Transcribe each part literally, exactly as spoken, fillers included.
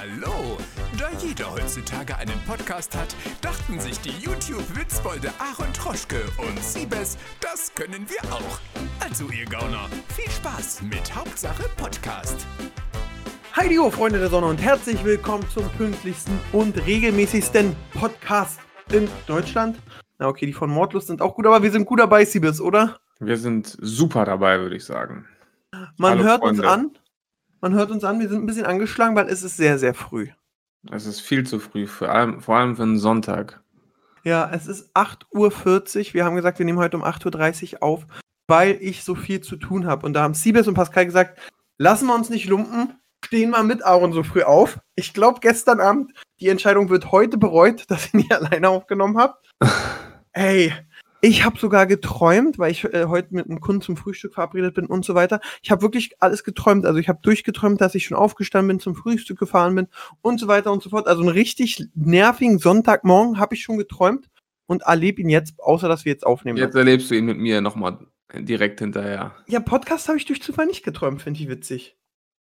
Hallo! Da jeder heutzutage einen Podcast hat, dachten sich die YouTube-Witzbolde Aaron Troschke und Siebes, das können wir auch. Also ihr Gauner, viel Spaß mit Hauptsache Podcast. Heidi ho, Freunde der Sonne, und herzlich willkommen zum pünktlichsten und regelmäßigsten Podcast in Deutschland. Na okay, die von Mordlust sind auch gut, aber wir sind gut dabei, Siebes, oder? Wir sind super dabei, würde ich sagen. Man Hallo, hört Freunde. uns an, man hört uns an, wir sind ein bisschen angeschlagen, weil es ist sehr, sehr früh. Es ist viel zu früh, vor allem, vor allem für einen Sonntag. Ja, es ist acht Uhr vierzig, wir haben gesagt, wir nehmen heute um acht Uhr dreißig auf, weil ich so viel zu tun habe. Und da haben Siebes und Pascal gesagt, lassen wir uns nicht lumpen, stehen wir mit Aaron so früh auf. Ich glaube, gestern Abend, die Entscheidung wird heute bereut, dass ich nicht alleine aufgenommen habe. Ey, ich habe sogar geträumt, weil ich äh, heute mit einem Kunden zum Frühstück verabredet bin und so weiter. Ich habe wirklich alles geträumt. Also ich habe durchgeträumt, dass ich schon aufgestanden bin, zum Frühstück gefahren bin und so weiter und so fort. Also einen richtig nervigen Sonntagmorgen habe ich schon geträumt und erlebe ihn jetzt, außer dass wir jetzt aufnehmen. Jetzt erlebst du ihn mit mir nochmal direkt hinterher. Ja, Podcast habe ich durch Zufall nicht geträumt, finde ich witzig.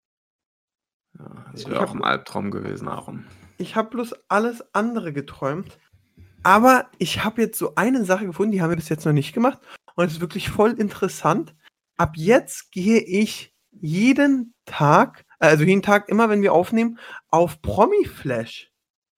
Ja, das Ich wäre auch hab- ein Albtraum gewesen, Aaron. Ich habe bloß alles andere geträumt. Aber ich habe jetzt so eine Sache gefunden, die haben wir bis jetzt noch nicht gemacht. Und es ist wirklich voll interessant. Ab jetzt gehe ich jeden Tag, also jeden Tag, immer wenn wir aufnehmen, auf Promi-Flash.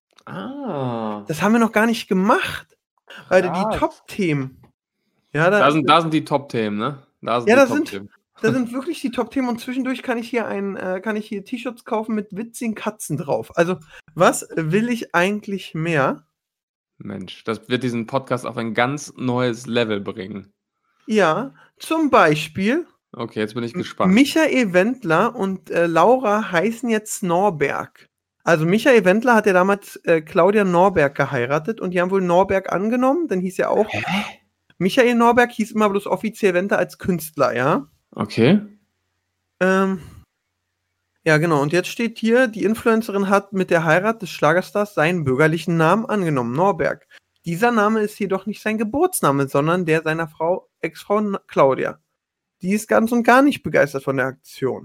Ah. Das haben wir noch gar nicht gemacht. Weil die Krass. Top-Themen. Ja, da, Da sind, da sind die Top-Themen, ne? Da sind Ja, die da sind- Top-Themen. da sind wirklich die Top-Themen. Und zwischendurch kann ich hier ein, äh, kann ich hier T-Shirts kaufen mit witzigen Katzen drauf. Also, was will ich eigentlich mehr? Mensch, das wird diesen Podcast auf ein ganz neues Level bringen. Ja, zum Beispiel Okay, jetzt bin ich gespannt. Michael Wendler und äh, Laura heißen jetzt Norberg. Also Michael Wendler hat ja damals äh, Claudia Norberg geheiratet und die haben wohl Norberg angenommen, dann hieß ja auch Michael Norberg, hieß immer bloß offiziell Wendler als Künstler, ja. Okay. Ähm, ja, genau. Und jetzt steht hier, die Influencerin hat mit der Heirat des Schlagerstars seinen bürgerlichen Namen angenommen, Norberg. Dieser Name ist jedoch nicht sein Geburtsname, sondern der seiner Frau, Ex-Frau N- Claudia. Die ist ganz und gar nicht begeistert von der Aktion.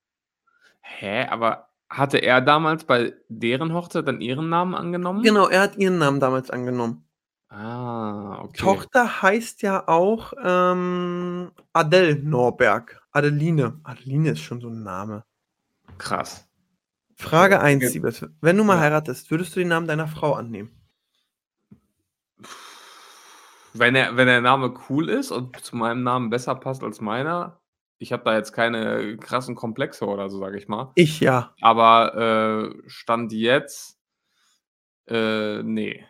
Hä, aber hatte er damals bei deren Hochzeit dann ihren Namen angenommen? Genau, er hat ihren Namen damals angenommen. Ah, okay. Tochter heißt ja auch ähm, Adele Norberg. Adeline. Adeline ist schon so ein Name. Krass. Frage Ja. eins, Siebes. Wenn du mal Ja. heiratest, würdest du den Namen deiner Frau annehmen? Wenn der, wenn der Name cool ist und zu meinem Namen besser passt als meiner, ich habe da jetzt keine krassen Komplexe oder so, sage ich mal. Ich ja. Aber äh, Stand jetzt, äh, nee.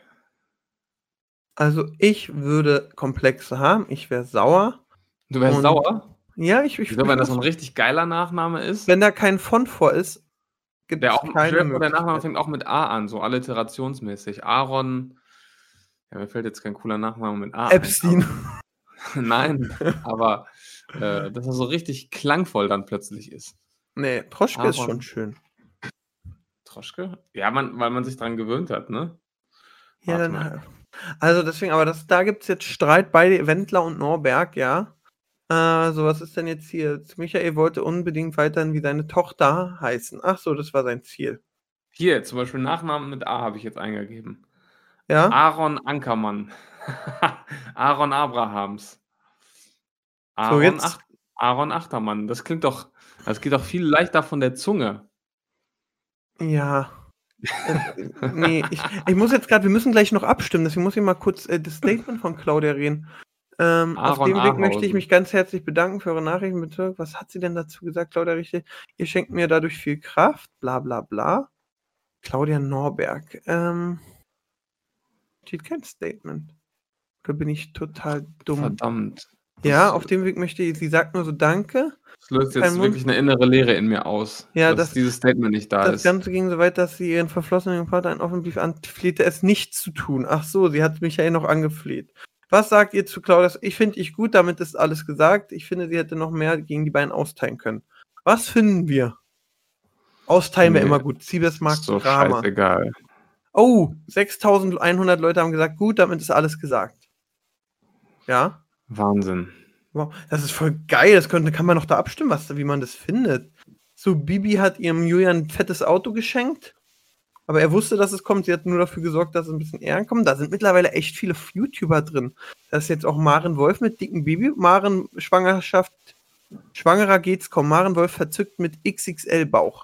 Also ich würde Komplexe haben. Ich wäre sauer. Du wärst Und- sauer? Ja, ich, ich, Wieso, wenn das so ich ein richtig geiler Nachname ist? wenn da kein Font vor ist, gibt Der es auch, keine stell dir vor, der Nachname Möglichkeit. fängt auch mit A an, so alliterationsmäßig. Aaron, ja, mir fällt jetzt kein cooler Nachname mit A ein. Epstein. Nein, aber äh, dass er so richtig klangvoll dann plötzlich ist. Nee, Troschke ist Aaron. schon schön. Troschke? Ja, man, weil man sich dran gewöhnt hat, ne? Ja, Warte dann mal. halt. Also deswegen, aber das, da gibt es jetzt Streit bei Wendler und Norberg, ja. Äh, so, was ist denn jetzt hier? Michael wollte unbedingt weiterhin wie seine Tochter heißen. Ach so, das war sein Ziel. Hier, zum Beispiel Nachnamen mit A habe ich jetzt eingegeben. Ja? Aaron Ankermann. Aaron Abrahams. Aaron, jetzt- Ach Aaron Achtermann. Das klingt doch, das geht doch viel leichter von der Zunge. Ja. Äh, nee, ich, ich muss jetzt gerade, wir müssen gleich noch abstimmen, deswegen muss ich mal kurz äh, das Statement von Claudia reden. Ähm, auf Aaron dem Weg möchte ich Ahausen. mich ganz herzlich bedanken für eure Nachrichten. Bitte. Was hat sie denn dazu gesagt, Claudia Richter? Ihr schenkt mir dadurch viel Kraft, bla bla bla. Claudia Norberg. Ähm, steht kein Statement. Oder bin ich total dumm? Verdammt. Ja, Das- auf dem Weg möchte ich, sie sagt nur so Danke. Das löst kein jetzt Mund. wirklich eine innere Leere in mir aus, Ja, dass das- dieses Statement nicht da Das ist. Ganze ging so weit, dass sie ihren verflossenen Vater einen offenen Brief anflehte, es nicht zu tun. Ach so, sie hat Michael noch angefleht. Was sagt ihr zu Claudia? Ich finde ich gut, damit ist alles gesagt. Ich finde, sie hätte noch mehr gegen die beiden austeilen können. Was finden wir? Austeilen wäre Nee, immer gut. Siebes mag Ist so Drama. scheißegal. Oh, sechstausendeinhundert Leute haben gesagt, gut, damit ist alles gesagt. Ja? Wahnsinn. Wow, das ist voll geil. Das könnte, kann man noch da abstimmen, was, wie man das findet. So, Bibi hat ihrem Julian ein fettes Auto geschenkt. Aber er wusste, dass es kommt. Sie hat nur dafür gesorgt, dass es ein bisschen eher kommt. Da sind mittlerweile echt viele YouTuber drin. Da ist jetzt auch Maren Wolf mit dicken Baby. Maren Schwangerschaft, schwangerer geht's kaum. Maren Wolf verzückt mit X X L-Bauch.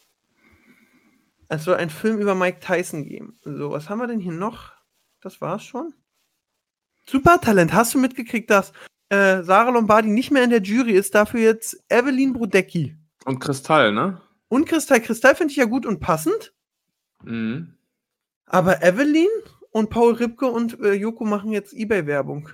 Es soll ein Film über Mike Tyson geben. So, was haben wir denn hier noch? Das war's schon. Supertalent. Hast du mitgekriegt, dass äh, Sarah Lombardi nicht mehr in der Jury ist? Dafür jetzt Evelyn Brodecki. Und Kristall, ne? Und Kristall. Kristall finde ich ja gut und passend. Mhm. Aber Evelyn und Paul Ripke und äh, Joko machen jetzt eBay-Werbung.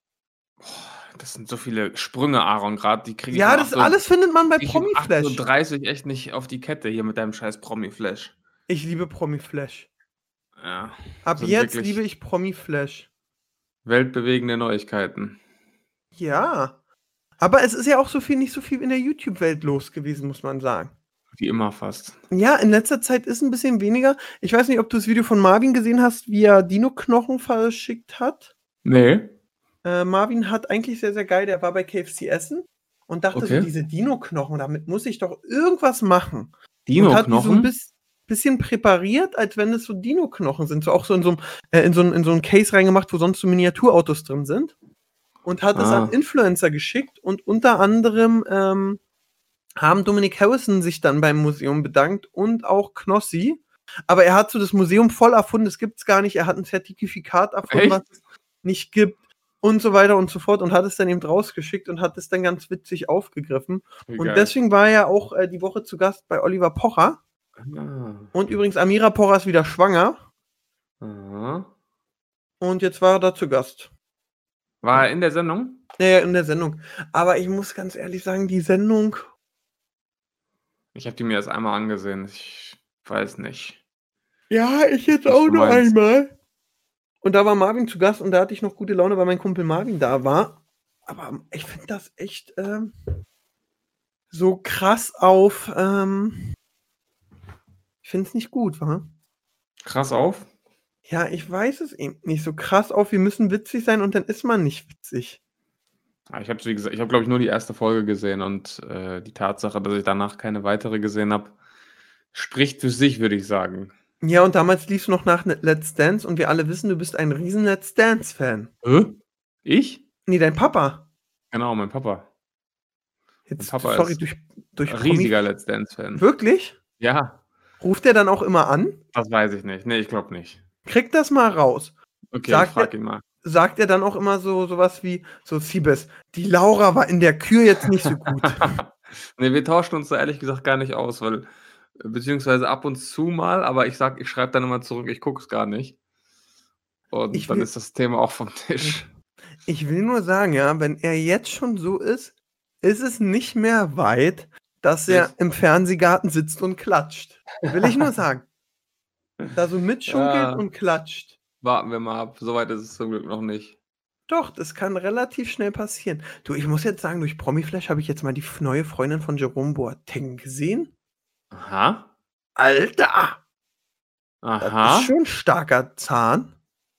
Das sind so viele Sprünge, Aaron, gerade. Die kriege ich Ja, um das acht Uhr alles findet man bei krieg ich um Promiflash. acht Uhr dreißig echt nicht auf die Kette hier mit deinem scheiß Promiflash. Ich liebe Promiflash. Ja. Ab sind jetzt wirklich liebe ich Promiflash. weltbewegende Neuigkeiten. Ja. Aber es ist ja auch so viel, nicht so viel in der YouTube-Welt los gewesen, muss man sagen. Wie immer fast. Ja, in letzter Zeit ist ein bisschen weniger. Ich weiß nicht, ob du das Video von Marvin gesehen hast, wie er Dino-Knochen verschickt hat. Nee. Äh, Marvin hat eigentlich sehr, sehr geil, der war bei K F C Essen und dachte Okay. so, diese Dino-Knochen, damit muss ich doch irgendwas machen. Und hat die so ein Dino-Knochen? bis, bisschen präpariert, als wenn es so Dino-Knochen sind. So auch so in so einem äh, in so, ein- in so ein Case reingemacht, wo sonst so Miniaturautos drin sind. Und hat es Ah. an Influencer geschickt und unter anderem ähm, haben Dominic Harrison sich dann beim Museum bedankt und auch Knossi. Aber er hat so das Museum voll erfunden, das gibt's gar nicht. Er hat ein Zertifikat erfunden, Echt? was es nicht gibt und so weiter und so fort und hat es dann eben rausgeschickt und hat es dann ganz witzig aufgegriffen. Wie Und geil. deswegen war er ja auch äh, die Woche zu Gast bei Oliver Pocher. Ah. Und übrigens, Amira Pocher ist wieder schwanger. Aha. Und jetzt war er da zu Gast. War er in der Sendung? Naja, in der Sendung. Aber ich muss ganz ehrlich sagen, die Sendung, Ich habe die mir erst einmal angesehen. Ich weiß nicht. ja, ich jetzt Was auch du nur meinst. einmal. Und da war Marvin zu Gast und da hatte ich noch gute Laune, weil mein Kumpel Marvin da war. Aber ich finde das echt ähm, so krass auf. Ähm, ich finde es nicht gut, wa? Krass auf. Ja, ich weiß es eben nicht. So krass auf, wir müssen witzig sein und dann ist man nicht witzig. Ja, Ich habe, wie gesagt, ich habe, glaube ich, nur die erste Folge gesehen und äh, die Tatsache, dass ich danach keine weitere gesehen habe, spricht für sich, würde ich sagen. Ja, und damals liefst du noch nach Ne- Let's Dance und wir alle wissen, du bist ein riesen Let's Dance-Fan. Hä? Ich? Nee, dein Papa. Genau, mein Papa. Jetzt, Papa sorry, ist durch, durch Riesiger Let's Dance-Fan. Wirklich? Ja, Ruft er dann auch immer an? das weiß ich nicht. Nee, ich glaube nicht. Krieg das mal raus. Okay, Sagt ich frage ihn mal. Sagt er dann auch immer so sowas wie, so Siebes, die Laura war in der Kür jetzt nicht so gut. Nee, wir tauschen uns da ehrlich gesagt gar nicht aus, weil, beziehungsweise ab und zu mal, aber ich sag, ich schreibe dann immer zurück, ich gucke es gar nicht. Und Ich dann will- ist das Thema auch vom Tisch. Ich will nur sagen, ja, wenn er jetzt schon so ist, ist es nicht mehr weit, dass er Nicht. im Fernsehgarten sitzt und klatscht. Will ich nur sagen. Da so mitschunkelt Ja. und klatscht. Warten wir mal ab. Soweit ist es zum Glück noch nicht. Doch, das kann relativ schnell passieren. Du, ich muss jetzt sagen, durch Promiflash habe ich jetzt mal die f- neue Freundin von Jerome Boateng gesehen. Aha. Alter! Das Aha. ist schon ein starker Zahn.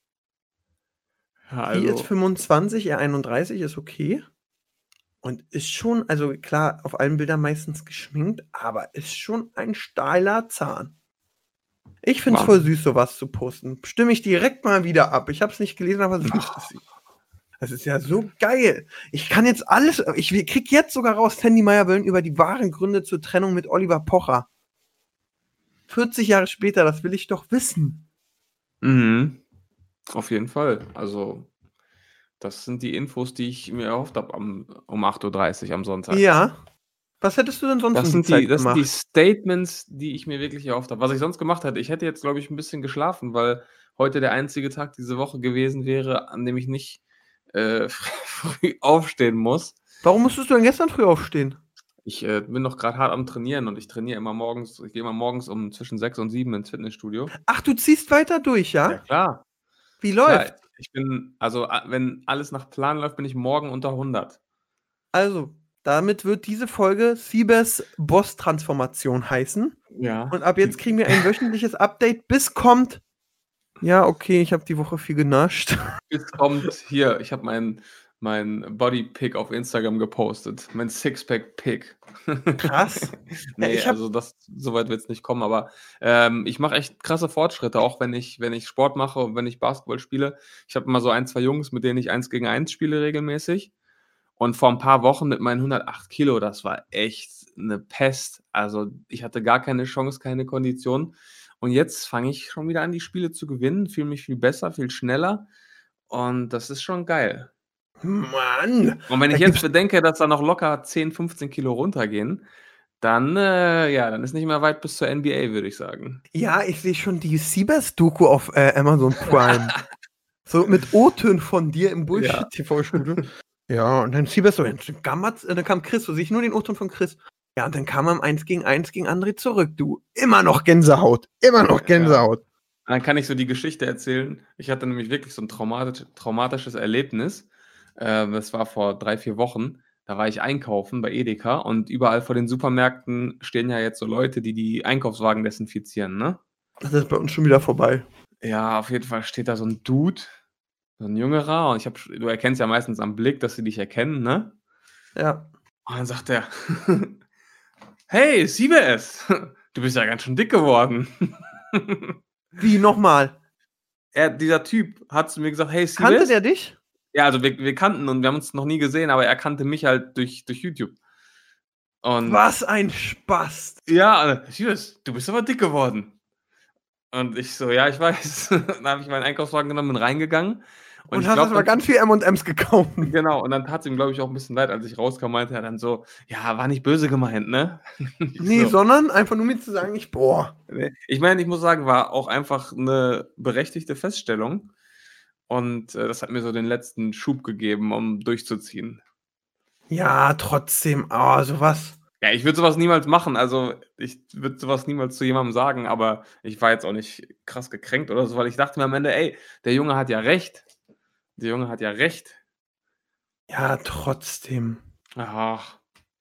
Ja, Die ist also, fünfundzwanzig, er einunddreißig, ist okay. Und ist schon, also klar, auf allen Bildern meistens geschminkt, aber ist schon ein steiler Zahn. Ich finde es voll Wahnsinn. süß, sowas zu posten. Stimme ich direkt mal wieder ab. Ich habe es nicht gelesen, aber süß ist sie. Das ist ja so geil. Ich kann jetzt alles, ich krieg jetzt sogar raus, Sandy Meyer-Wöllen über die wahren Gründe zur Trennung mit Oliver Pocher. vierzig Jahre später, das will ich doch wissen. mhm. Auf jeden Fall. Also, das sind die Infos, die ich mir erhofft habe am, um acht Uhr dreißig am Sonntag. Ja. Was hättest du denn sonst Das um sind, die Zeit die, das sind gemacht? die Statements, die ich mir wirklich erhofft habe. Was ich sonst gemacht hätte, ich hätte jetzt, glaube ich, ein bisschen geschlafen, weil heute der einzige Tag diese Woche gewesen wäre, an dem ich nicht äh, früh aufstehen muss. Warum musstest du denn gestern früh aufstehen? Ich äh, bin noch gerade hart am Trainieren und ich trainiere immer morgens, ich gehe immer morgens um zwischen sechs und sieben ins Fitnessstudio. Ach, du ziehst weiter durch, ja? Ja, klar. Wie läuft? klar. Ich bin, also a- wenn alles nach Plan läuft, bin ich morgen unter hundert. Also, damit wird diese Folge Siebes Boss-Transformation heißen. Ja. Und ab jetzt kriegen wir ein wöchentliches Update, bis kommt. Ja, okay, ich habe die Woche viel genascht. Jetzt kommt hier, ich habe mein, mein Body-Pic auf Instagram gepostet. Mein Sixpack-Pic. Krass. Ja, nee, ich hab, also das, so weit wird es nicht kommen, aber ähm, ich mache echt krasse Fortschritte, auch wenn ich, wenn ich Sport mache und wenn ich Basketball spiele. Ich habe immer so ein, zwei Jungs, mit denen ich eins gegen eins spiele regelmäßig. Und vor ein paar Wochen mit meinen hundertacht Kilo, das war echt eine Pest. Also ich hatte gar keine Chance, keine Kondition. Und jetzt fange ich schon wieder an, die Spiele zu gewinnen, fühle mich viel besser, viel schneller. Und das ist schon geil. Mann. Und wenn Da ich jetzt gibt's, bedenke, dass da noch locker zehn, fünfzehn Kilo runtergehen, dann, äh, ja, dann ist nicht mehr weit bis zur N B A, würde ich sagen. ja, ich sehe schon die Siebes-Doku auf äh, Amazon Prime. So mit O-Tönen von dir im Ja. Bullshit-T V-Studio. Ja, und dann Siebes so, dann kam, Mats- äh, dann kam Chris, so sehe ich nur den O-Ton von Chris. Ja, und dann kam er im eins gegen eins gegen André zurück. Du, immer noch Gänsehaut. Immer noch Ja. Gänsehaut. Dann kann ich so die Geschichte erzählen. Ich hatte nämlich wirklich so ein traumatisch, traumatisches Erlebnis. Ähm, das war vor drei, vier Wochen. Da war ich einkaufen bei Edeka und überall vor den Supermärkten stehen ja jetzt so Leute, die die Einkaufswagen desinfizieren, ne? Das ist bei uns schon wieder vorbei. Ja, auf jeden Fall steht da so ein Dude, so ein Jüngerer, und ich hab, du erkennst ja meistens am Blick, dass sie dich erkennen, ne? Ja. Und dann sagt er, hey, Siebes, du bist ja ganz schön dick geworden. Wie, nochmal? Er, dieser Typ hat zu mir gesagt, hey, Siebes. Kannte der dich? Ja, also wir, wir kannten und wir haben uns noch nie gesehen, aber er kannte mich halt durch, durch YouTube. Und Was ein Spaß. ja, äh, Siebes, du bist aber dick geworden. Und ich so, ja, ich weiß. Dann habe ich meinen Einkaufswagen genommen, bin reingegangen. Und, Und ich hast glaub, aber dann- ganz viel M und M's gekauft. Genau, und dann tat es ihm, glaube ich, auch ein bisschen leid, als ich rauskam, meinte er dann so, ja, war nicht böse gemeint, ne? Ich Nee, so, sondern einfach nur mir zu sagen, ich, boah. nee. Ich meine, ich muss sagen, war auch einfach eine berechtigte Feststellung. Und äh, das hat mir so den letzten Schub gegeben, um durchzuziehen. Ja, trotzdem, aber sowas. Ja, ich würde sowas niemals machen. Also, ich würde sowas niemals zu jemandem sagen, aber ich war jetzt auch nicht krass gekränkt oder so, weil ich dachte mir am Ende, ey, der Junge hat ja recht. Der Junge hat ja recht. Ja, trotzdem. Ach.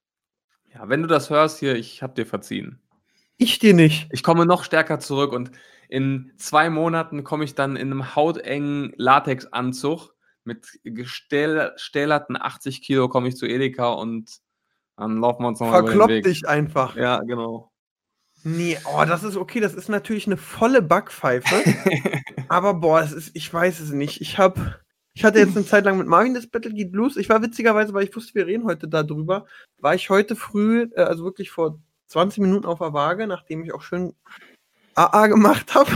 Ja, wenn du das hörst hier, ich hab dir verziehen. Ich dir nicht. Ich komme noch stärker zurück und in zwei Monaten komme ich dann in einem hautengen Latexanzug mit gestählerten achtzig Kilo komme ich zu Edeka und dann laufen wir uns nochmal über den Verklopp Weg. dich einfach. Ja, genau. Nee, oh, das ist okay. Das ist natürlich eine volle Backpfeife. Aber boah, es ist, ich weiß es nicht. Ich habe, ich hatte jetzt eine Zeit lang mit Marvin das Battle Geek Blues. Ich war witzigerweise, weil ich wusste, wir reden heute darüber, war ich heute früh, äh, also wirklich vor zwanzig Minuten auf der Waage, nachdem ich auch schön A A gemacht habe.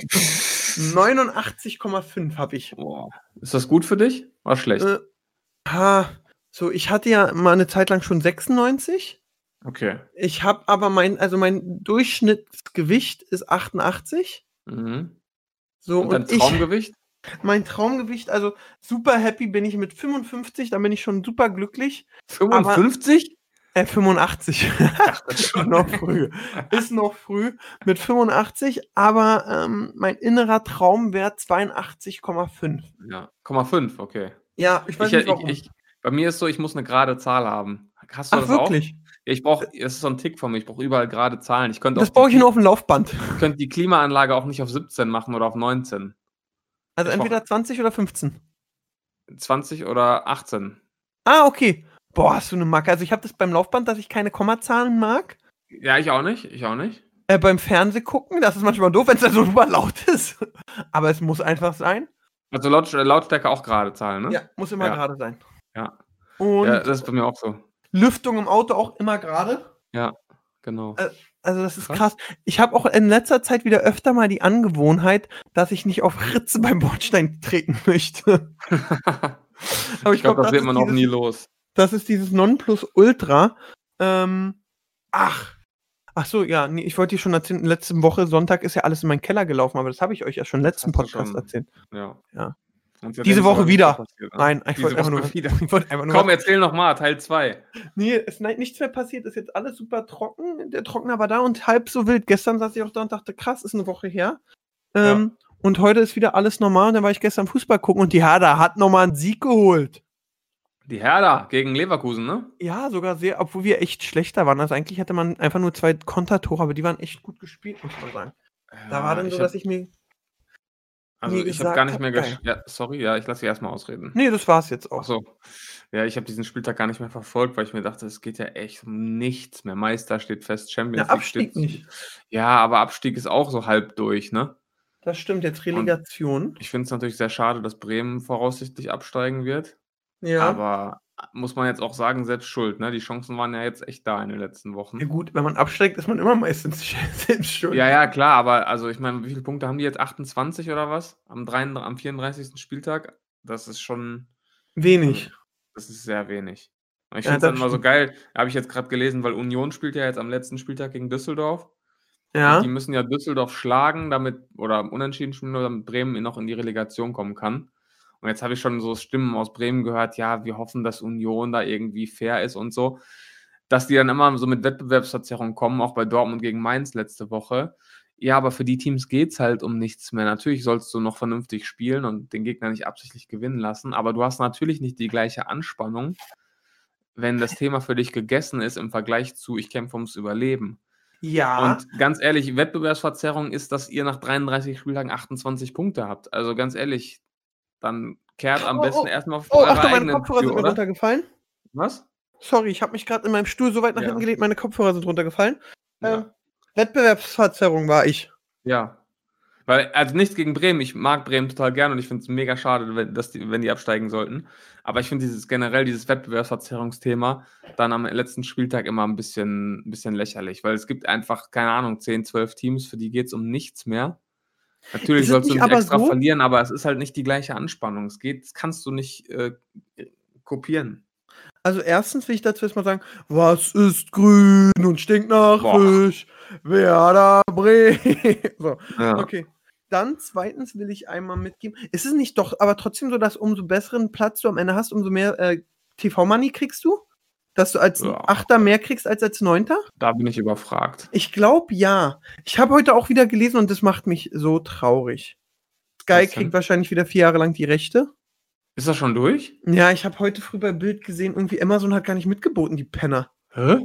neunundachtzig Komma fünf habe ich. Boah. Ist das gut für dich? War schlecht. Äh, ha, so, ich hatte ja mal eine Zeit lang schon sechsundneunzig. Okay. Ich habe aber mein, also mein Durchschnittsgewicht ist achtundachtzig. Mhm. So, Und dein und ich, Traumgewicht? mein Traumgewicht, also super happy bin ich mit fünfundfünfzig, da bin ich schon super glücklich. fünfundfünfzig? Äh, fünfundachtzig. Ach, das ist Ist schon noch früh. Ist noch früh mit fünfundachtzig, aber ähm, mein innerer Traumwert zweiundachtzig Komma fünf. Ja, Komma fünf, okay. Ja, ich weiß Ich, nicht warum. ich, ich, bei mir ist so, ich muss eine gerade Zahl haben. Hast du Ach, das wirklich? auch? Ja, ich brauche, das ist so ein Tick von mir, ich brauche überall gerade Zahlen. Ich könnte Das auch brauche ich die, nur auf dem Laufband. ich könnte die Klimaanlage auch nicht auf siebzehn machen oder auf neunzehn. Also Ich entweder zwanzig oder fünfzehn. zwanzig oder achtzehn. Ah, okay. Boah, hast du eine Macke. Also ich habe das beim Laufband, dass ich keine Kommazahlen mag. Ja, ich auch nicht, ich auch nicht. Äh, beim Fernseh gucken, das ist manchmal doof, wenn es dann so super laut ist. Aber es muss einfach sein. Also Laut, Lautstärke auch gerade Zahlen, ne? Ja, muss immer Ja. gerade sein. Ja. Und Ja, das ist bei mir auch so. Lüftung im Auto auch immer gerade. Ja, genau. Äh, Also das ist Krass. krass. Ich habe auch in letzter Zeit wieder öfter mal die Angewohnheit, dass ich nicht auf Ritze beim Bordstein treten möchte. Aber ich glaube, das das wird ist man auch dieses- nie los. Das ist dieses Nonplusultra. Ähm, ach. Ach so, ja, nee, ich wollte dir schon erzählen, letzte Woche Sonntag ist ja alles in meinen Keller gelaufen, aber das habe ich euch ja schon im letzten hast du Podcast schon. erzählt. Ja. Ja. Und seitdem Diese ist Woche aber nichts wieder. mehr passiert, ne? Nein, ich Diese wollte einfach Woche nur wieder. Ich wollte einfach nur Komm, erzähl noch mal, Teil zwei. Nee, es ist nein, nichts mehr passiert, ist jetzt alles super trocken. Der Trockner war da und halb so wild. Gestern saß ich auch da und dachte, krass, ist eine Woche her. Ähm, Und heute ist wieder alles normal. Und dann war ich gestern Fußball gucken und die Hertha hat nochmal einen Sieg geholt. Die Hertha gegen Leverkusen, ne? Ja, sogar sehr, obwohl wir echt schlechter waren. Also eigentlich hatte man einfach nur zwei Kontertore, aber die waren echt gut gespielt, muss man sagen. Da war dann so, ich dass hab, ich mir. Also, mir ich habe gar gesagt nicht habt, mehr gesch geil. ja, sorry, ja, ich lasse dich erst mal ausreden. Ne, das war's jetzt Ach auch. so. Ja, ich habe diesen Spieltag gar nicht mehr verfolgt, weil ich mir dachte, es geht ja echt um nichts mehr. Meister steht fest, Ja, Champions League steht Abstieg zu. nicht. Ja, aber Abstieg ist auch so halb durch, ne? Das stimmt, jetzt Und Relegation. ich finde es natürlich sehr schade, dass Bremen voraussichtlich absteigen wird. Ja. Aber muss man jetzt auch sagen, selbst schuld, ne? Die Chancen waren ja jetzt echt da in den letzten Ja Wochen. gut, wenn man absteigt, ist man immer meistens selbst schuld. Ja, ja, klar, aber also ich meine, wie viele Punkte haben die jetzt? achtundzwanzig oder was? Am dreiund am vierunddreißigsten Spieltag? Das ist schon also, Wenig. das ist sehr wenig. Und ich Ja, finde es dann das immer so stimmt. geil, habe ich jetzt gerade gelesen, weil Union spielt ja jetzt am letzten Spieltag gegen Düsseldorf und die Ja. müssen ja Düsseldorf schlagen, damit oder unentschieden spielen, damit Bremen noch in die Relegation kommen kann. Und jetzt habe ich schon so Stimmen aus Bremen gehört: „Ja, wir hoffen, dass Union da irgendwie fair ist“ und so. Dass die dann immer so mit Wettbewerbsverzerrung kommen, auch bei Dortmund gegen Mainz letzte Woche. Ja, aber für die Teams geht's halt um nichts mehr. Natürlich sollst du noch vernünftig spielen und den Gegner nicht absichtlich gewinnen lassen, aber du hast natürlich nicht die gleiche Anspannung, wenn das Thema für dich gegessen ist im Vergleich zu: „Ich kämpfe ums Überleben.“ Ja. Und ganz ehrlich, Wettbewerbsverzerrung ist, dass ihr nach dreiunddreißig Spieltagen achtundzwanzig Punkte habt. Also, ganz ehrlich, dann kehrt am Oh, besten oh. erst mal vor Oh, eurer Achtung, meine eigenen Kopfhörer Tür, sind mir oder? runtergefallen. Was? Sorry, ich habe mich grad in meinem Stuhl so weit nach hinten Ja. gelehnt, meine Kopfhörer sind runtergefallen. Ähm, Ja. Wettbewerbsverzerrung war ich. Ja. Weil also nichts gegen Bremen, ich mag Bremen total gerne und ich finde es mega schade, wenn dass die wenn die absteigen sollten. Aber ich finde dieses generell dieses Wettbewerbsverzerrungsthema dann am letzten Spieltag immer 'n bisschen 'n bisschen lächerlich, weil es gibt einfach, keine Ahnung, zehn, zwölf Teams, für die geht's um nichts mehr. Natürlich Ist es sollst du nicht nicht aber extra so verlieren, aber es ist halt nicht die gleiche Anspannung. Es geht das kannst du nicht, äh, kopieren. Also, erstens will ich dazu erst mal sagen: „Was ist grün und stinkt nach Boah. Fisch? Werder Bremen.“ So, Ja. okay. Dann zweitens will ich einmal mitgeben, ist es nicht doch aber trotzdem so, dass umso besseren Platz du am Ende hast, umso mehr, äh, T V-Money kriegst du? Dass du als Ja. Achter mehr kriegst als als Neunter? Da bin ich überfragt. Ich glaube, ja. Ich habe heute auch wieder gelesen und das macht mich so traurig. Sky Was kriegt denn? wahrscheinlich wieder vier Jahre lang die Rechte. Ist das schon durch? Ja, ich habe heute früh bei Bild gesehen, irgendwie Amazon hat gar nicht mitgeboten, die Penner. Hä?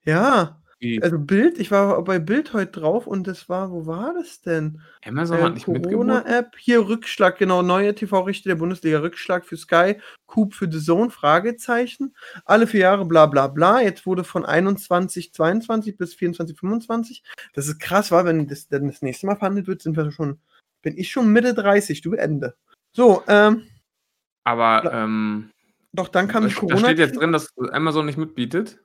Ja. Wie? Also, Bild ich war bei Bild heut drauf und das war wo war das denn? Amazon hat Äh, nicht mitgeboten? Corona-App, hier Rückschlag, genau, neue T V-Rechte der Bundesliga, Rückschlag für Sky, Coup für The Zone, Fragezeichen. Alle vier Jahre bla bla bla. Jetzt wurde von einundzwanzig, zweiundzwanzig bis vierundzwanzig, fünfundzwanzig. Das ist krass, wa? Wenn das dann das nächste Mal verhandelt wird, sind wir schon bin ich schon Mitte dreißig, du Ende. So, ähm Aber, Ja. ähm, Doch dann kam die da da steht jetzt Corona-Krise. drin, dass Amazon nicht mitbietet?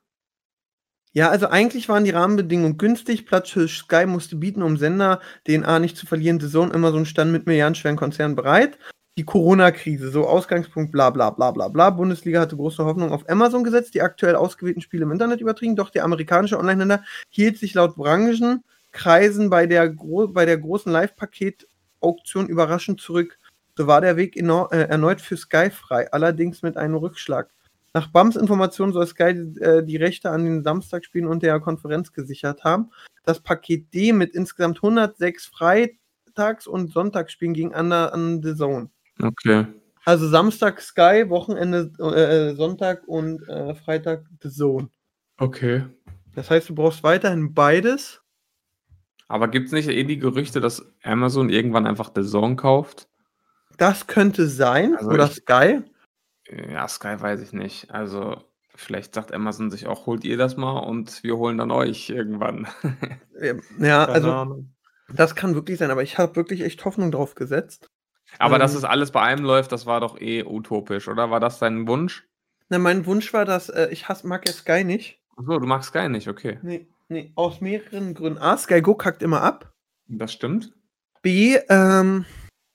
Ja, also eigentlich waren die Rahmenbedingungen günstig. Platz für Sky musste bieten, um Sender den A nicht zu verlieren. The Zone, Amazon stand mit milliardenschweren Konzernen bereit. Die Corona-Krise, so Ausgangspunkt, bla bla bla bla bla. Bundesliga hatte große Hoffnung auf Amazon gesetzt, die aktuell ausgewählten Spiele im Internet übertrieben, doch der amerikanische Onlinehändler hielt sich laut Branchenkreisen bei der, gro bei der großen Live-Paket-Auktion überraschend zurück. So war der Weg eno äh, erneut für Sky frei, allerdings mit einem Rückschlag. Nach B A Ms Informationen soll Sky äh, die Rechte an den Samstagspielen und der Konferenz gesichert haben. Das Paket D mit insgesamt hundertsechs Freitags und Sonntagsspielen ging an der an The Zone. Okay. Also, Samstag Sky, Wochenende äh, Sonntag und, äh, Freitag The Zone. Okay. Das heißt, du brauchst weiterhin beides. Aber gibt's nicht eh die Gerüchte, dass Amazon irgendwann einfach The Zone kauft? Das könnte sein Also, oder ich Sky. Ja, Sky weiß ich nicht. Also, vielleicht sagt Amazon sich auch: „Holt ihr das mal und wir holen dann euch irgendwann.“ Ähm, ja, Keine also, Ahnung. das kann wirklich sein, aber ich habe wirklich echt Hoffnung drauf gesetzt. Aber dass Ähm es alles bei einem läuft, das war doch eh utopisch, oder? War das dein Wunsch? Na, mein Wunsch war, dass äh, ich hasse mag ja Sky nicht. Ach so, du magst Sky nicht, okay. Ne, ne, aus mehreren Gründen. A, Sky Go kackt immer ab. Das stimmt. B, ähm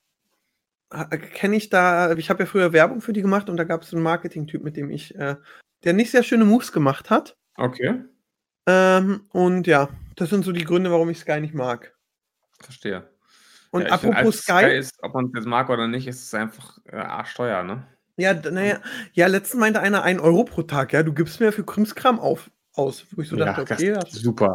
ha kenne ich da ich habe ja früher Werbung für die gemacht und da gab's so 'n Marketingtyp, mit dem ich äh, der nicht sehr schöne Moves gemacht hat. Okay. Ähm, und ja, das sind so die Gründe, warum ich Sky nicht mag. Verstehe. Und Ja, ich finde, apropos als Sky Sky ist, ob man's jetzt mag oder nicht, ist es einfach, äh, arschteuer, ne? Ja, d na Und ja ja, letztens meinte einer ein Euro pro Tag, ja, du gibst mehr für Krimskram auf aus, wo ich so dachte: Ja, das „Okay, ist das“ super.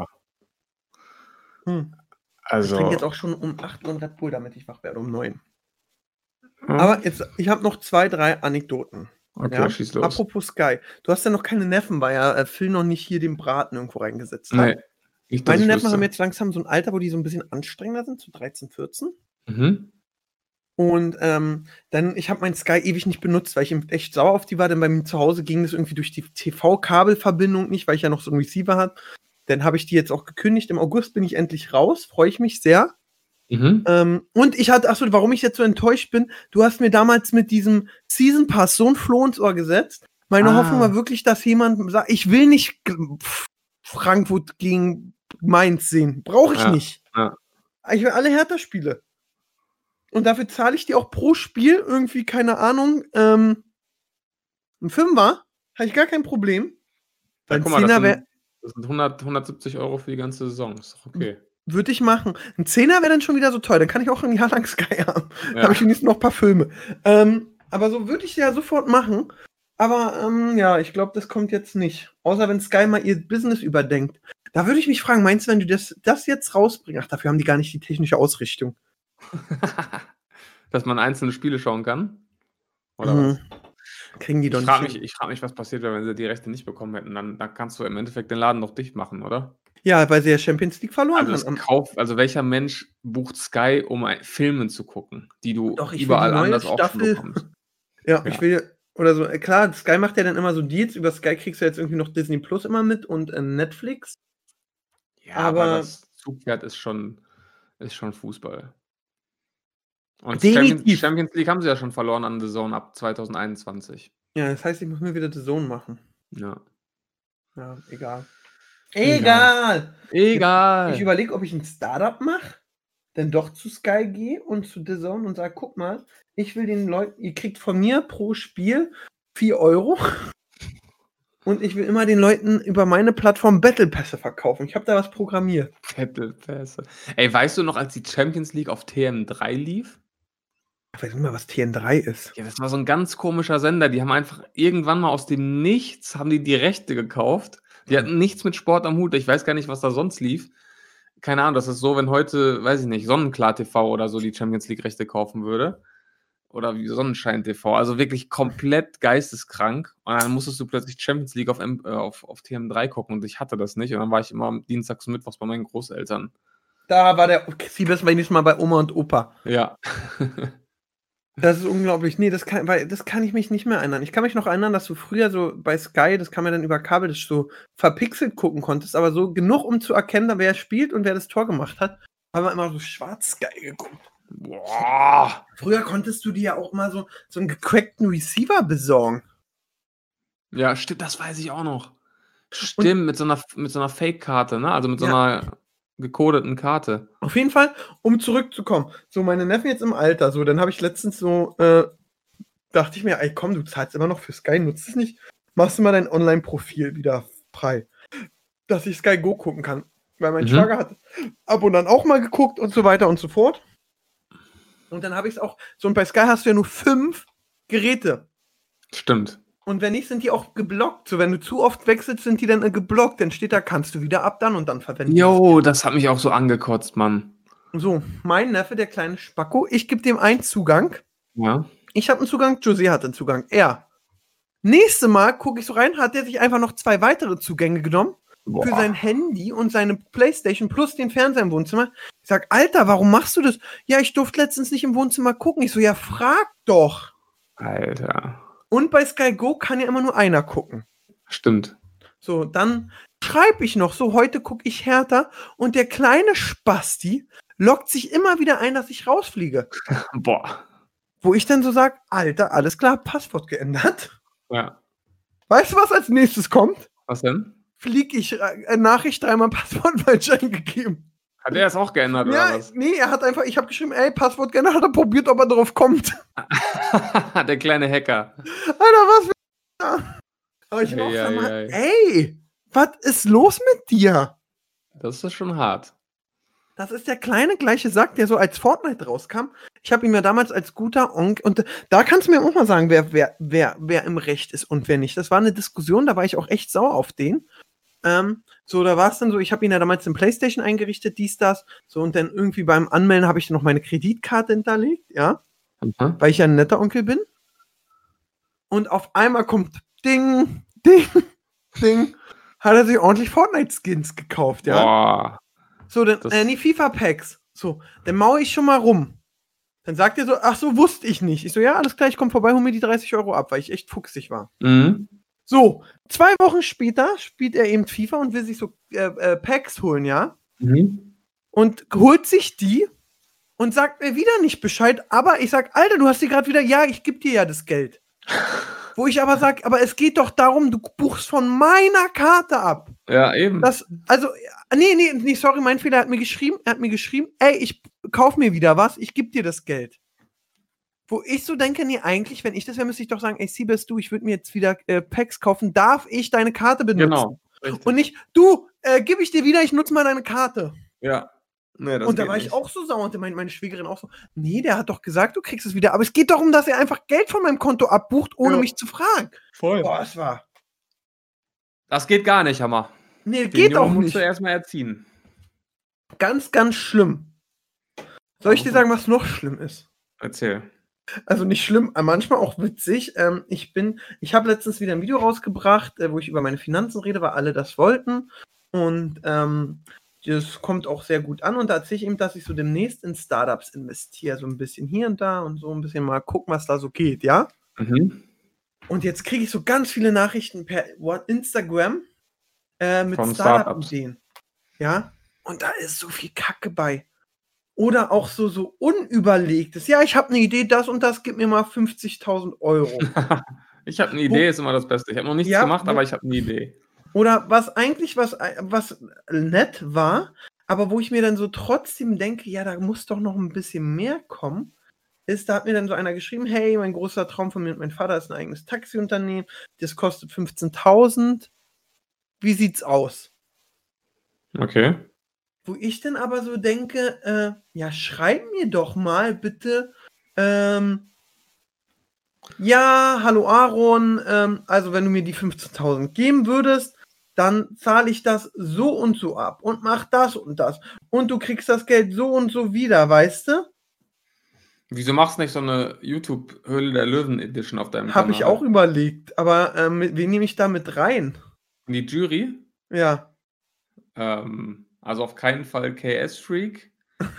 Hm. Ich trinke jetzt Also auch schon um acht Uhr 'n Red Bull, damit ich wach werde um neun. Mhm. Aber jetzt ich habe noch zwei, drei Anekdoten, Okay, ja? schieß los. Apropos Sky. Du hast ja noch keine Neffen, weil ja, äh, Phil noch nicht hier den Braten irgendwo reingesetzt hat. Ne, nicht, dass Meine ich Neffen haben wüsste. jetzt langsam so 'n Alter, wo die so 'n bisschen anstrengender sind, so dreizehn, vierzehn. Mhm. Und ähm, dann, ich habe mein Sky ewig nicht benutzt, weil ich echt sauer auf die war, denn bei mir zu Hause ging das irgendwie durch die T V-Kabelverbindung nicht, weil ich ja noch so einen Receiver hatte. Dann habe ich die jetzt auch gekündigt. Im August bin ich endlich raus, freue ich mich sehr. Mhm. Ähm, und ich hatte, achso, warum ich jetzt so enttäuscht bin, du hast mir damals mit diesem Season Pass so ein Floh ins Ohr gesetzt. Meine Ah. Hoffnung war wirklich, dass jemand sagt, ich will nicht Frankfurt gegen Mainz sehen. Brauche ich Ja, nicht. ja. Ich will alle Hertha-Spiele. Und dafür zahle ich die auch pro Spiel irgendwie, keine Ahnung, ähm, ein Fünfer, habe ich gar kein Problem. Ja, Weil ein guck mal, das Zehner wäre, sind, das sind hundert, hundertsiebzig Euro für die ganze Saison. Ist doch okay. würde ich machen. Ein Zehner wäre dann schon wieder so teuer, dann kann ich auch ein Jahr lang Sky haben. Da Ja. habe ich wenigstens noch ein paar Filme. Ähm, aber so würde ich ja sofort machen. Aber ähm, ja, ich glaube, das kommt jetzt nicht. Außer wenn Sky mal ihr Business überdenkt. Da würde ich mich fragen, meinst du, wenn du das, das jetzt rausbringst? Ach, dafür haben die gar nicht die technische Ausrichtung. Dass man einzelne Spiele schauen kann? Oder Mhm. was? Kriegen die doch Ich nicht frage hin. mich, ich frag mich, was passiert wäre, wenn sie die Rechte nicht bekommen hätten. Dann, dann kannst du im Endeffekt den Laden noch dicht machen, oder? Ja, weil sie ja Champions League verloren Also, es haben. kauf, also welcher Mensch bucht Sky, um ein, Filmen zu gucken, die du Doch, ich will überall die neue anders auch schon Staffel. bekommst? Ja, Ja. ich will, oder so, äh, klar, Sky macht ja dann immer so Deals. Über Sky kriegst du jetzt irgendwie noch Disney Plus immer mit und äh, Netflix. Ja, aber, Aber- das Zugpferd ist schon, ist schon Fußball. Und Champions, Definitiv. Champions League haben sie ja schon verloren an The Zone ab zwanzig einundzwanzig. Ja, das heißt, ich muss mir wieder The Zone machen. Ja. Ja, egal. Egal. Egal! Egal. Ich überlege, ob ich ein Startup mache, dann doch zu Sky gehe und zu The Zone und sage, guck mal, ich will den Leuten, ihr kriegt von mir pro Spiel vier Euro und ich will immer den Leuten über meine Plattform Battle Pässe verkaufen. Ich habe da was programmiert. Battle-Pässe. Ey, weißt du noch, als die Champions League auf T M drei lief? Ich weiß nicht mal, was T N drei ist. Ja, das war so ein ganz komischer Sender. Die haben einfach irgendwann mal aus dem Nichts, haben die die Rechte gekauft. Die hatten nichts mit Sport am Hut. Ich weiß gar nicht, was da sonst lief. Keine Ahnung, das ist so, wenn heute, weiß ich nicht, Sonnenklar T V oder so die Champions League Rechte kaufen würde. Oder wie Sonnenschein T V. Also wirklich komplett geisteskrank. Und dann musstest du plötzlich Champions League auf, M, äh, auf, auf T M drei gucken und ich hatte das nicht. Und dann war ich immer dienstags und mittwochs bei meinen Großeltern. Da war der Siebes war nächstes Mal bei Oma und Opa. Ja. Das ist unglaublich. Nee, das kann, weil, das kann ich mich nicht mehr erinnern. Ich kann mich noch erinnern, dass du früher so bei Sky, das kann man dann über Kabel, das so verpixelt gucken konntest, aber so genug, um zu erkennen, wer spielt und wer das Tor gemacht hat, haben wir immer so schwarz Sky geguckt. Boah. Früher konntest du dir ja auch mal so, so einen gecrackten Receiver besorgen. Ja, stimmt, das weiß ich auch noch. Stimmt, mit so einer, mit so einer Fake-Karte, ne? Also mit so Ja. einer gecodeten Karte. Auf jeden Fall, um zurückzukommen. So, meine Neffen jetzt im Alter, so, dann habe ich letztens so, äh, dachte ich mir, ey, komm, du zahlst immer noch für Sky, nutzt es nicht. Machst du mal dein Online-Profil wieder frei, dass ich Sky Go gucken kann. Weil mein Mhm. Schwager hat ab und an auch mal geguckt und so weiter und so fort. Und dann habe ich es auch, so, und bei Sky hast du ja nur fünf Geräte. Stimmt. Und wenn nicht, sind die auch geblockt. So, wenn du zu oft wechselst, sind die dann äh, geblockt. Dann steht da, kannst du wieder ab dann und dann verwenden. Jo, das hat mich auch so angekotzt, Mann. So, mein Neffe, der kleine Spacko, ich gebe dem einen Zugang. Ja. Ich habe einen Zugang, José hat einen Zugang. Er. Nächste Mal gucke ich so rein, hat er sich einfach noch zwei weitere Zugänge genommen. Boah. Für sein Handy und seine Playstation plus den Fernseher im Wohnzimmer. Ich sag, Alter, warum machst du das? Ja, ich durfte letztens nicht im Wohnzimmer gucken. Ich so, ja, frag doch. Alter. Und bei Sky Go kann ja immer nur einer gucken. Stimmt. So, dann schreibe ich noch so, heute gucke ich Hertha und der kleine Spasti lockt sich immer wieder ein, dass ich rausfliege. Boah. Wo ich dann so sage, Alter, alles klar, Passwort geändert. Ja. Weißt du, was als nächstes kommt? Was denn? Flieg ich, äh, Nachricht dreimal Passwort falsch eingegeben. Hat er es auch geändert, Ja, oder was? nee, er hat einfach, ich habe geschrieben, ey, Passwort geändert, hat er probiert, ob er drauf kommt. Der kleine Hacker. Alter, was für Aber ich Ei, war auch ei, so mal, ei. ey, was ist los mit dir? Das ist schon hart. Das ist der kleine gleiche Sack, der so als Fortnite rauskam. Ich habe ihn ja damals als guter Onkel, und da kannst du mir auch mal sagen, wer, wer, wer, wer im Recht ist und wer nicht. Das war eine Diskussion, da war ich auch echt sauer auf den. Ähm, so, da war es dann so, ich habe ihn ja damals in PlayStation eingerichtet, dies, das. So, und dann irgendwie beim Anmelden habe ich dann noch meine Kreditkarte hinterlegt, ja, Mhm. weil ich ja ein netter Onkel bin. Und auf einmal kommt Ding, Ding, Ding, hat er sich ordentlich Fortnite-Skins gekauft, ja. Boah. So, dann, Das- äh, nee, FIFA-Packs. So, dann maue ich schon mal rum. Dann sagt er so, ach so, wusste ich nicht. Ich so, ja, alles klar, ich komm vorbei, hol mir die dreißig Euro ab, weil ich echt fuchsig war. Mhm. So, zwei Wochen später spielt er eben FIFA und will sich so äh, äh, Packs holen, ja? Mhm. Und holt sich die und sagt mir wieder nicht Bescheid, aber ich sag, Alter, du hast die gerade wieder, ja, ich geb dir ja das Geld. Wo ich aber sag, aber es geht doch darum, du buchst von meiner Karte ab. Ja, eben. Das, also, nee, nee, nee, sorry, mein Fehler, er hat mir geschrieben, er hat mir geschrieben, ey, ich kauf mir wieder was, ich geb dir das Geld. Wo ich so denke, nee, eigentlich, wenn ich das wäre, müsste ich doch sagen, ey, Siebes, du, ich würde mir jetzt wieder äh, Packs kaufen, darf ich deine Karte benutzen? Genau. Richtig. Und nicht, du, äh, gib ich dir wieder, ich nutze mal deine Karte. Ja. Nee, das und da geht war nicht. ich auch so sauer und meine, meine Schwägerin auch so, nee, der hat doch gesagt, du kriegst es wieder, aber es geht darum, dass er einfach Geld von meinem Konto abbucht, ohne Ja. mich zu fragen. Voll. Boah, es war. Das geht gar nicht, Hammer. Nee, Den geht Jungen auch musst nicht. du erstmal erziehen. Ganz, ganz schlimm. Soll ich dir sagen, was noch schlimm ist? Erzähl. Also nicht schlimm, aber manchmal auch witzig. Ähm, ich bin, ich habe letztens wieder ein Video rausgebracht, äh, wo ich über meine Finanzen rede, weil alle das wollten. Und ähm, das kommt auch sehr gut an. Und da erzähle ich eben, dass ich so demnächst in Startups investiere. So ein bisschen hier und da und so ein bisschen mal gucken, was da so geht, ja? Mhm. Und jetzt kriege ich so ganz viele Nachrichten per What- Instagram äh, mit Von Startup-Ideen. Ja? Und da ist so viel Kacke bei. Oder auch so, so unüberlegtes. Ja, ich habe eine Idee, das und das, gib mir mal fünfzigtausend Euro. Ich habe eine Idee, ist immer das Beste. Ich habe noch nichts Ja, gemacht, wo- aber ich habe eine Idee. Oder was eigentlich was, was nett war, aber wo ich mir dann so trotzdem denke, ja, da muss doch noch ein bisschen mehr kommen, ist, da hat mir dann so einer geschrieben, hey, mein großer Traum von mir und mein Vater ist ein eigenes Taxiunternehmen, das kostet fünfzehntausend. Wie sieht's aus? Okay. Wo ich dann aber so denke, äh, ja, schreib mir doch mal bitte, ähm, ja, hallo Aaron, ähm, also wenn du mir die fünfzehntausend geben würdest, dann zahle ich das so und so ab und mach das und das. Und du kriegst das Geld so und so wieder, weißt du? Wieso machst du nicht so eine YouTube-Höhle der Löwen-Edition auf deinem Habe ich Kanal? auch überlegt, aber ähm, mit- wen nehme ich da mit rein? In die Jury? Ja. Ähm, also auf keinen Fall K S-Freak.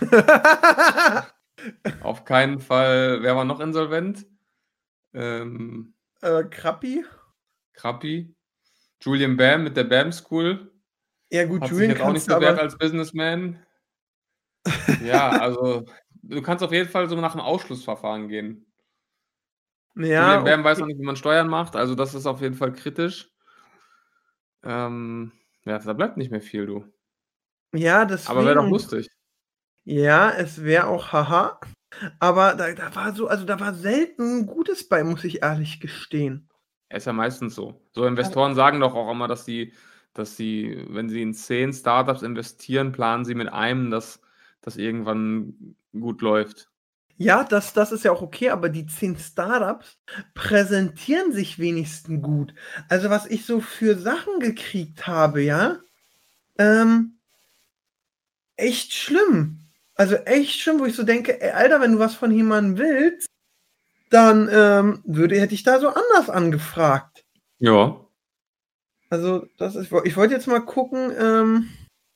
Auf keinen Fall, wer war noch insolvent? Ähm, äh, Krappi? Krappi. Julian Bam mit der Bam School. Ja gut, Hat sich Julian jetzt auch nicht kannst du bewährt aber... als Businessman. Ja, also du kannst auf jeden Fall so nach einem Ausschlussverfahren gehen. Ja, Julian Bam weiß okay. noch nicht, wie man Steuern macht, also das ist auf jeden Fall kritisch. Ähm, ja, da bleibt nicht mehr viel, du. Ja, deswegen... Aber wäre doch lustig. Ja, es wäre auch haha. Aber da, da war so, also da war selten Gutes bei, muss ich ehrlich gestehen. Ja, ist ja meistens so. So Investoren sagen doch auch immer, dass sie, dass sie, wenn sie in zehn Startups investieren, planen sie mit einem, dass das irgendwann gut läuft. Ja, das, das ist ja auch okay, aber die zehn Startups präsentieren sich wenigstens gut. Also was ich so für Sachen gekriegt habe, ja, ähm, echt schlimm. Also echt schlimm, wo ich so denke, ey, Alter, wenn du was von jemandem willst, dann ähm, würde, hätte ich da so anders angefragt. Ja. Also, das ist, ich wollte jetzt mal gucken, ähm,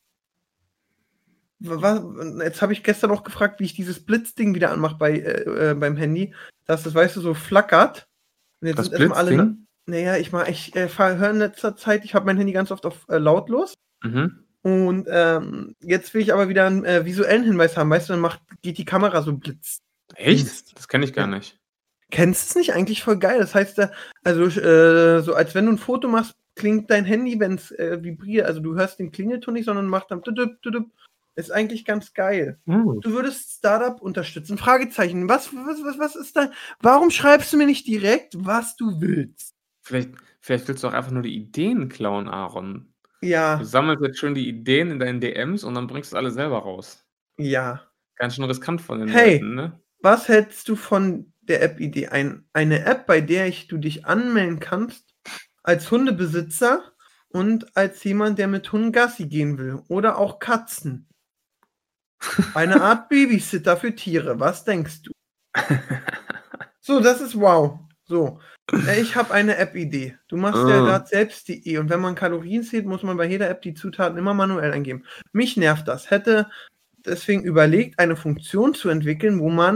was, jetzt habe ich gestern auch gefragt, wie ich dieses Blitzding wieder anmache bei, äh, äh, beim Handy, dass das, weißt du, so flackert. Und jetzt Das sind erstmal alle, Blitzding? naja, ich mach, ich äh, höre in letzter Zeit, ich habe mein Handy ganz oft auf äh, lautlos. Mhm. Und ähm, jetzt will ich aber wieder einen äh, visuellen Hinweis haben, weißt du, dann macht, geht die Kamera so blitz. Echt? Das kenne ich gar Ja. nicht. Kennst du es nicht? Eigentlich voll geil. Das heißt, äh, also äh, so als wenn du ein Foto machst, klingt dein Handy, wenn es äh, vibriert. Also du hörst den Klingelton nicht, sondern macht dann tudup, tudup. Ist eigentlich ganz geil. Hm. Du würdest Startup unterstützen. Fragezeichen. Was, was, was, was ist da? Warum schreibst du mir nicht direkt, was du willst? Vielleicht, vielleicht willst du auch einfach nur die Ideen klauen, Aaron. Du Ja, sammelst jetzt schon die Ideen in deinen D Ms und dann bringst du alle selber raus. ja. Ganz schön riskant von den Hey. Leuten, ne? Was hältst du von der App-Idee? Ein, eine App, bei der ich, du dich anmelden kannst als Hundebesitzer und als jemand, der mit Hunden Gassi gehen will. Oder auch Katzen. Eine Art Babysitter für Tiere. Was denkst du? So, das ist wow. So, äh, ich habe eine App-Idee. Du machst ja Ah. gerade selbst die E. Und wenn man Kalorien zählt, muss man bei jeder App die Zutaten immer manuell eingeben. Mich nervt das. Hätte deswegen überlegt, eine Funktion zu entwickeln, wo man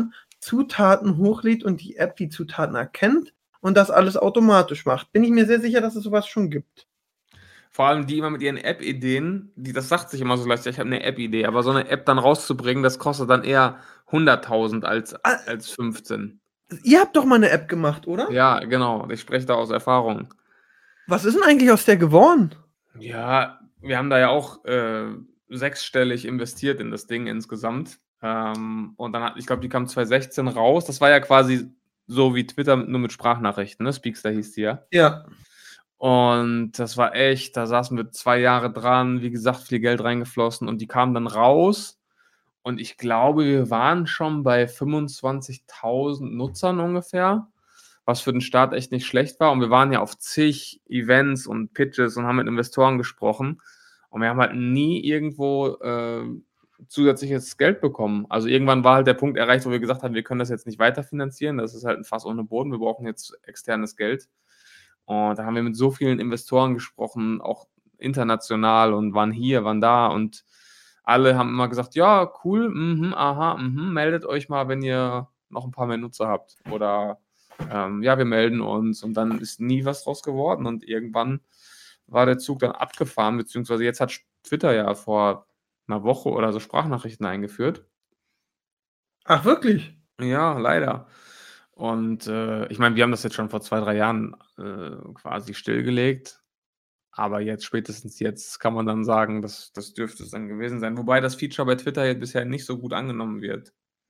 Zutaten hochlädt und die App die Zutaten erkennt und das alles automatisch macht. Bin ich mir sehr sicher, dass es sowas schon gibt. Vor allem die immer mit ihren App-Ideen, die, das sagt sich immer so leicht, ich habe eine App-Idee, aber so eine App dann rauszubringen, das kostet dann eher hunderttausend als, Ah. als fünfzehn. Ihr habt doch mal eine App gemacht, oder? Ja, genau. Ich spreche da aus Erfahrung. Was ist denn eigentlich aus der geworden? Ja, wir haben da ja auch äh, sechsstellig investiert in das Ding insgesamt. Ähm, und dann hat, ich glaube, die kam zwanzig sechzehn raus. Das war ja quasi so wie Twitter, nur mit Sprachnachrichten, ne? Speakster hieß die ja. Ja. Und das war echt, da saßen wir zwei Jahre dran, wie gesagt, viel Geld reingeflossen und die kamen dann raus. Und ich glaube, wir waren schon bei fünfundzwanzigtausend Nutzern ungefähr, was für den Start echt nicht schlecht war. Und wir waren ja auf zig Events und Pitches und haben mit Investoren gesprochen. Und wir haben halt nie irgendwo äh, zusätzliches Geld bekommen. Also irgendwann war halt der Punkt erreicht, wo wir gesagt haben, wir können das jetzt nicht weiterfinanzieren. Das ist halt ein Fass ohne Boden. Wir brauchen jetzt externes Geld. Und da haben wir mit so vielen Investoren gesprochen, auch international und waren hier, waren da und alle haben immer gesagt, ja, cool, mhm, aha, mhm, meldet euch mal, wenn ihr noch ein paar mehr Nutzer habt. Oder ähm, ja, wir melden uns und dann ist nie was draus geworden und irgendwann war der Zug dann abgefahren, beziehungsweise jetzt hat Twitter ja vor einer Woche oder so Sprachnachrichten eingeführt. Ach, wirklich? Ja, leider. Und äh, ich meine, wir haben das jetzt schon vor zwei, drei Jahren äh, quasi stillgelegt. Aber jetzt, spätestens jetzt, kann man dann sagen, dass das dürfte es dann gewesen sein. Wobei das Feature bei Twitter jetzt bisher nicht so gut angenommen wird.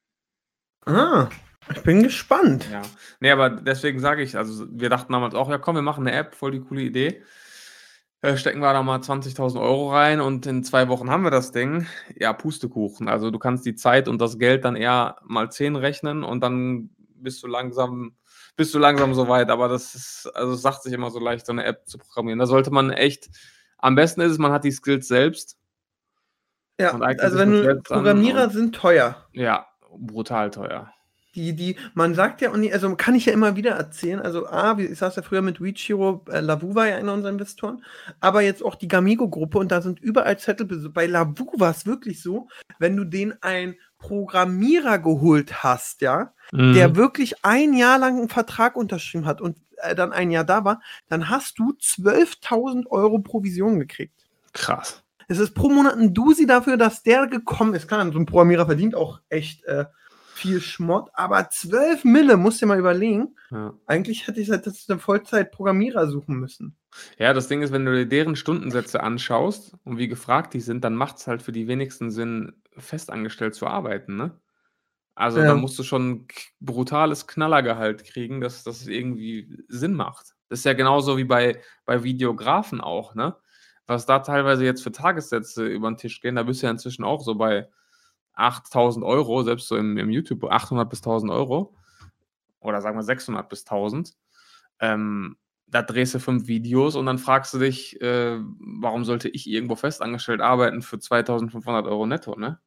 Ah, ich bin gespannt. Ja. Nee, aber deswegen sage ich, also wir dachten damals auch, ja komm, wir machen eine App, voll die coole Idee. Äh, stecken wir da mal zwanzigtausend Euro rein und in zwei Wochen haben wir das Ding. Ja, Pustekuchen. Also du kannst die Zeit und das Geld dann eher mal zehn rechnen und dann bist du langsam, bist du langsam so weit. Aber das ist, also es sagt sich immer so leicht, so eine App zu programmieren. Da sollte man echt, am besten ist es, man hat die Skills selbst. Ja, und eignet also sich wenn das du selbst an Programmierer und- sind teuer. Ja, brutal teuer. Die, die, man sagt ja, und die- also kann ich ja immer wieder erzählen, also A, wie- ich saß ja früher mit Reachhero, äh, Lavu war ja einer unserer Investoren, aber jetzt auch die Gamigo-Gruppe und da sind überall Zettel, bes- bei Lavu war es wirklich so, wenn du den einen Programmierer geholt hast, ja, der Mhm. wirklich ein Jahr lang einen Vertrag unterschrieben hat und äh, dann ein Jahr da war, dann hast du zwölftausend Euro Provision gekriegt. Krass. Es ist pro Monat ein Dusi dafür, dass der gekommen ist. Klar, so ein Programmierer verdient auch echt äh, viel Schmott, aber zwölf Mille, musst du dir mal überlegen. Ja. Eigentlich hätte ich seit das eine Vollzeit-Programmierer suchen müssen. Ja, das Ding ist, wenn du dir deren Stundensätze anschaust und wie gefragt die sind, dann macht es halt für die wenigsten Sinn, festangestellt zu arbeiten, ne? Also Ja. da musst du schon ein k- brutales Knallergehalt kriegen, dass das irgendwie Sinn macht. Das ist ja genauso wie bei, bei Videografen auch, ne? Was da teilweise jetzt für Tagessätze über den Tisch gehen, da bist du ja inzwischen auch so bei achttausend Euro, selbst so im, im YouTube achthundert bis tausend Euro. Oder sagen wir sechshundert bis tausend. Ähm, da drehst du fünf Videos und dann fragst du dich, äh, warum sollte ich irgendwo festangestellt arbeiten für zweitausendfünfhundert Euro netto, ne?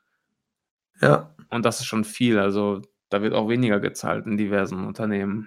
Ja. Und das ist schon viel, also da wird auch weniger gezahlt in diversen Unternehmen.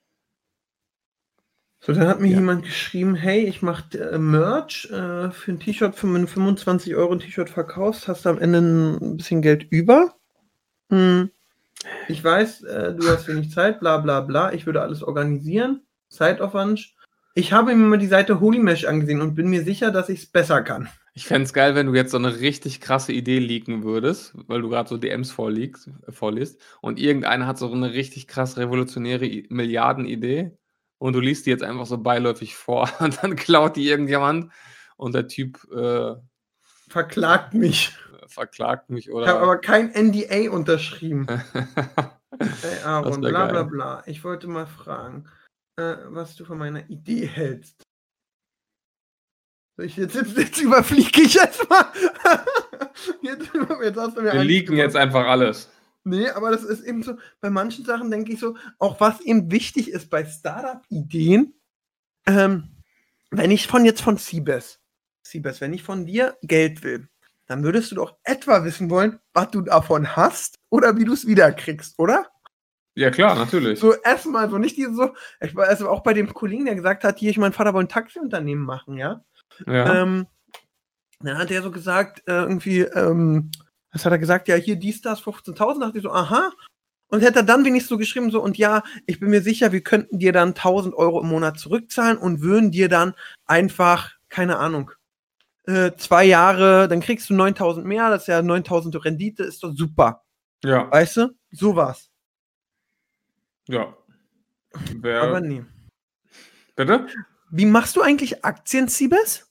So, dann hat mir Ja. jemand geschrieben, hey, ich mache äh, Merch äh, für ein T-Shirt, für meine fünfundzwanzig Euro ein T-Shirt verkaufst, hast du am Ende ein bisschen Geld über. Hm. Ich weiß, äh, du hast wenig Zeit, bla bla bla. Ich würde alles organisieren. Zeitaufwand. Ich habe mir mal die Seite Holy Mesh angesehen und bin mir sicher, dass ich es besser kann. Ich fände es geil, wenn du jetzt so eine richtig krasse Idee leaken würdest, weil du gerade so D Ms vorliegst, äh, vorliest und irgendeiner hat so eine richtig krass revolutionäre I- Milliardenidee und du liest die jetzt einfach so beiläufig vor und dann klaut die irgendjemand und der Typ äh, Verklagt mich. verklagt mich Ich habe oder. aber kein N D A unterschrieben. Hey Das Aaron, wär bla bla geil. bla. Ich wollte mal fragen, äh, was du von meiner Idee hältst. Soll ich jetzt, jetzt, jetzt überfliege ich jetzt mal. jetzt, jetzt hast du mir Wir Angst leaken gemacht. jetzt einfach alles. Nee, aber das ist eben so, bei manchen Sachen denke ich so, auch was eben wichtig ist bei Startup-Ideen, ähm, wenn ich von jetzt von Siebes, Siebes, wenn ich von dir Geld will, dann würdest du doch etwa wissen wollen, was du davon hast oder wie du es wiederkriegst, oder? Ja, klar, natürlich. So erstmal so, nicht diese so, ich war also auch bei dem Kollegen, der gesagt hat, hier, ich mein Vater wollte ein Taxiunternehmen machen, ja. Ja. Ähm, dann hat er so gesagt, äh, irgendwie, ähm, was hat er gesagt? Ja, hier, dies, das, fünfzehntausend. Dachte ich so, aha. Und hätte er dann wenigstens so geschrieben, so, und ja, ich bin mir sicher, wir könnten dir dann tausend Euro im Monat zurückzahlen und würden dir dann einfach, keine Ahnung, äh, zwei Jahre, dann kriegst du neuntausend mehr, das ist ja neuntausend Rendite, ist doch super. Ja. Weißt du? So war's. Ja. Wer, Aber nee. Bitte? Wie machst du eigentlich Aktien, Siebes?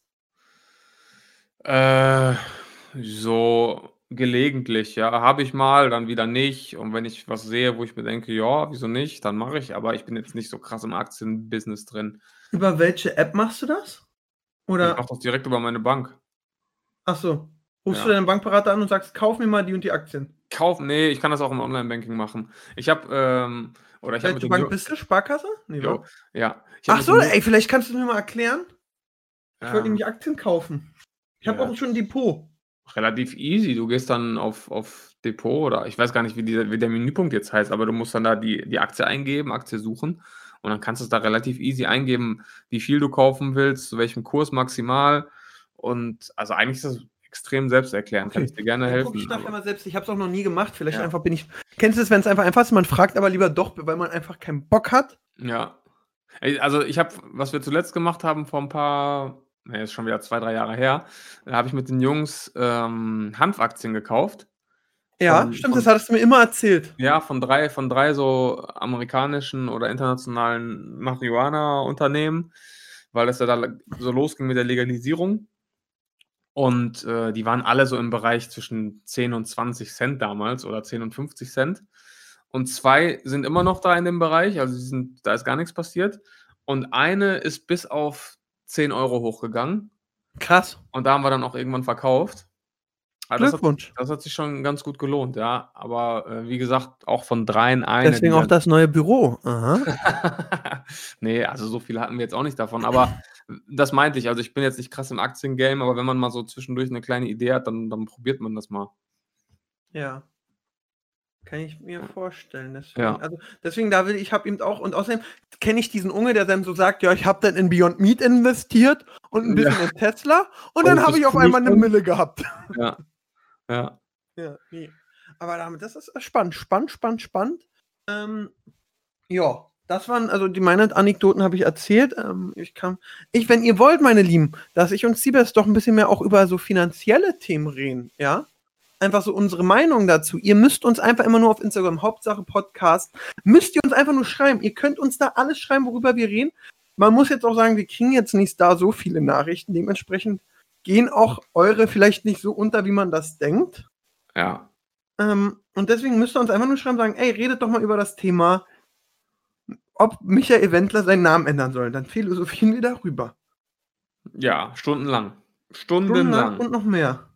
Äh, so gelegentlich, ja. Habe ich mal, dann wieder nicht. Und wenn ich was sehe, wo ich mir denke, ja, wieso nicht, dann mache ich. Aber ich bin jetzt nicht so krass im Aktienbusiness drin. Über welche App machst du das? Ich Oder, mache das direkt über meine Bank. ach so, rufst Ja. du deinen Bankberater an und sagst, kauf mir mal die und die Aktien. Kaufen, nee, ich kann das auch im Online-Banking machen. Ich habe, ähm, oder ich habe mit Welche den Bank Ju- bist du? Sparkasse? Nee, Jo, wa? ja. Ich hab Ach mit so, den Ju- ey, vielleicht kannst du es mir mal erklären. Ich wollte Ja. nämlich Aktien kaufen. Ich habe Ja. auch schon ein Depot. Relativ easy. Du gehst dann auf, auf Depot oder ich weiß gar nicht, wie, dieser, wie der Menüpunkt jetzt heißt, aber du musst dann da die, die Aktie eingeben, Aktie suchen und dann kannst du es da relativ easy eingeben, wie viel du kaufen willst, zu welchem Kurs maximal und also eigentlich ist das extrem selbsterklärend. Kann Okay. ich dir gerne Dann gucke helfen. ich nachher aber- mal selbst. Ich habe es auch noch nie gemacht. Vielleicht Ja. einfach bin ich. Kennst du es, wenn es einfach einfach ist? Man fragt aber lieber doch, weil man einfach keinen Bock hat. Ja. Ey, Also ich habe, was wir zuletzt gemacht haben vor ein paar, ne, ist schon wieder zwei, drei Jahre her, da habe ich mit den Jungs ähm, Hanfaktien gekauft. Ja, Von- stimmt, von- das hattest du mir immer erzählt. Ja, von drei, von drei so amerikanischen oder internationalen Marihuana-Unternehmen, weil das ja da so losging mit der Legalisierung. Und äh, die waren alle so im Bereich zwischen zehn und zwanzig Cent damals oder zehn und fünfzig Cent. Und zwei sind immer noch da in dem Bereich, also die sind, da ist gar nichts passiert. Und eine ist bis auf zehn Euro hochgegangen. Krass. Und da haben wir dann auch irgendwann verkauft. Aber das hat, Glückwunsch. das hat sich schon ganz gut gelohnt, ja. Aber äh, wie gesagt, auch von dreien eine. Deswegen die auch dann- das neue Büro. Aha. Nee, also so viel hatten wir jetzt auch nicht davon. Aber das meinte ich. Also ich bin jetzt nicht krass im Aktiengame, aber wenn man mal so zwischendurch eine kleine Idee hat, dann, dann probiert man das mal. Ja. Kann ich mir vorstellen. Deswegen, Ja. also deswegen, da will ich, habe eben auch, und außerdem kenne ich diesen Unge, der dann so sagt, ja, ich habe dann in Beyond Meat investiert und ein bisschen Ja. in Tesla und Und dann das habe ich ist auf einmal eine cool. Mille gehabt. Ja. Ja. Ja, nee. Aber damit, das ist spannend, spannend, spannend, spannend. Ähm, ja, das waren, also die meine Anekdoten habe ich erzählt. Ähm, ich kann, ich, wenn ihr wollt, meine Lieben, dass ich und Siebes doch ein bisschen mehr auch über so finanzielle Themen reden, ja? Einfach so unsere Meinung dazu. Ihr müsst uns einfach immer nur auf Instagram, Hauptsache Podcast, müsst ihr uns einfach nur schreiben. Ihr könnt uns da alles schreiben, worüber wir reden. Man muss jetzt auch sagen, wir kriegen jetzt nicht da so viele Nachrichten. Dementsprechend gehen auch eure vielleicht nicht so unter, wie man das denkt. Ja. Ähm, und deswegen müsst ihr uns einfach nur schreiben, sagen, ey, redet doch mal über das Thema, ob Michael Wendler seinen Namen ändern soll. Dann philosophieren wir darüber. Ja, stundenlang. Stundenlang Stundenlang. und noch mehr.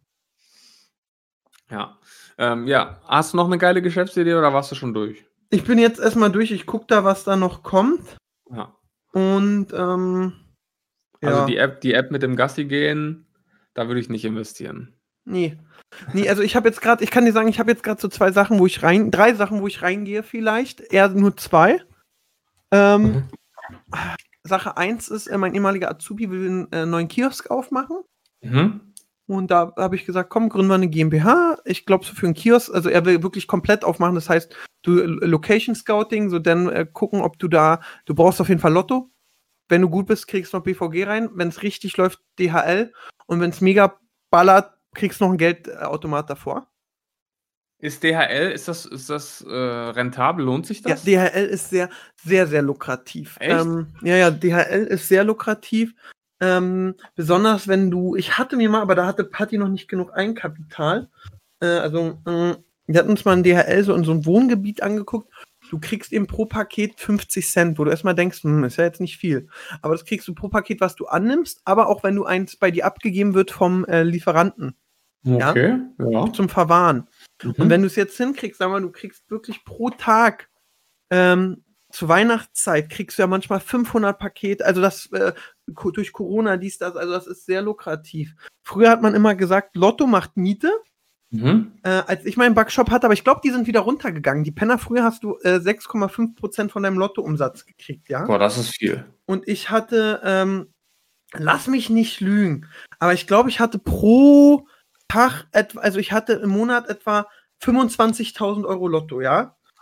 Ja. Ähm, ja. Hast du noch eine geile Geschäftsidee oder warst du schon durch? Ich bin jetzt erstmal durch, ich gucke da, was da noch kommt. Ja. Und, ähm, Also ja. die App, die App mit dem Gassi gehen, da würde ich nicht investieren. Nee. Nee, also ich habe jetzt gerade, ich kann dir sagen, ich habe jetzt gerade so zwei Sachen, wo ich rein, drei Sachen, wo ich reingehe vielleicht, eher nur zwei. Ähm, Mhm. Sache eins ist, äh, mein ehemaliger Azubi will einen äh, neuen Kiosk aufmachen. Mhm. Und da habe ich gesagt, komm, gründen wir eine GmbH. Ich glaube, so für einen Kiosk, also er will wirklich komplett aufmachen. Das heißt, du äh, Location Scouting, so dann äh, gucken, ob du da, du brauchst auf jeden Fall Lotto. Wenn du gut bist, kriegst du noch B V G rein. Wenn es richtig läuft, D H L. Und wenn es mega ballert, kriegst du noch ein Geldautomat davor. Ist D H L, ist das, ist das äh, rentabel? Lohnt sich Ja, das? D H L ist sehr, sehr, sehr lukrativ. Echt? Ähm, ja, ja, D H L ist sehr lukrativ. Ähm, besonders wenn du, ich hatte mir mal, aber da hatte Patti noch nicht genug Eigenkapital. Äh, also, äh, wir hatten uns mal ein D H L so in so einem Wohngebiet angeguckt. Du kriegst eben pro Paket fünfzig Cent, wo du erstmal denkst, hm, ist ja jetzt nicht viel. Aber das kriegst du pro Paket, was du annimmst, aber auch wenn du eins bei dir abgegeben wird vom äh, Lieferanten ja? Okay, ja. zum Verwahren. Mhm. Und wenn du es jetzt hinkriegst, sag mal, du kriegst wirklich pro Tag ähm, zur Weihnachtszeit kriegst du ja manchmal fünfhundert Pakete, also das äh, ko- durch Corona, dies, das, also das ist sehr lukrativ. Früher hat man immer gesagt, Lotto macht Miete, Mhm. äh, als ich meinen Backshop hatte, aber ich glaube, die sind wieder runtergegangen. Die Penner, früher hast du äh, sechs Komma fünf Prozent von deinem Lottoumsatz gekriegt, ja? Boah, das ist viel. Und ich hatte, ähm, lass mich nicht lügen, aber ich glaube, ich hatte pro Tag etwa, also ich hatte im Monat etwa fünfundzwanzigtausend Euro Lotto, ja?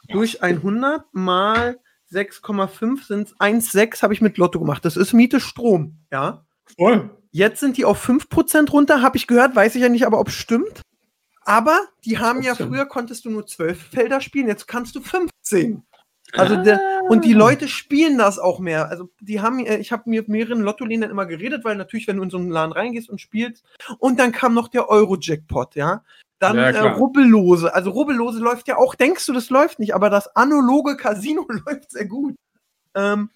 durch hundert mal sechs Komma fünf sind es eins Komma sechs, habe ich mit Lotto gemacht. Das ist Miete Strom, ja. Voll. Jetzt sind die auf fünf Prozent runter, habe ich gehört, weiß ich ja nicht, aber ob es stimmt. Aber die haben ja Stimmt. früher, konntest du nur zwölf Felder spielen, jetzt kannst du fünfzehn. Also der, und die Leute spielen das auch mehr. Also die haben, äh, ich habe mit mehreren Lottoläden immer geredet, weil natürlich, wenn du in so einen Laden reingehst und spielst, und dann kam noch der Euro-Jackpot, ja. Dann Ja, äh, klar. Rubbellose. Also Rubbellose läuft ja auch, denkst du, das läuft nicht, aber das analoge Casino läuft sehr gut. Ähm,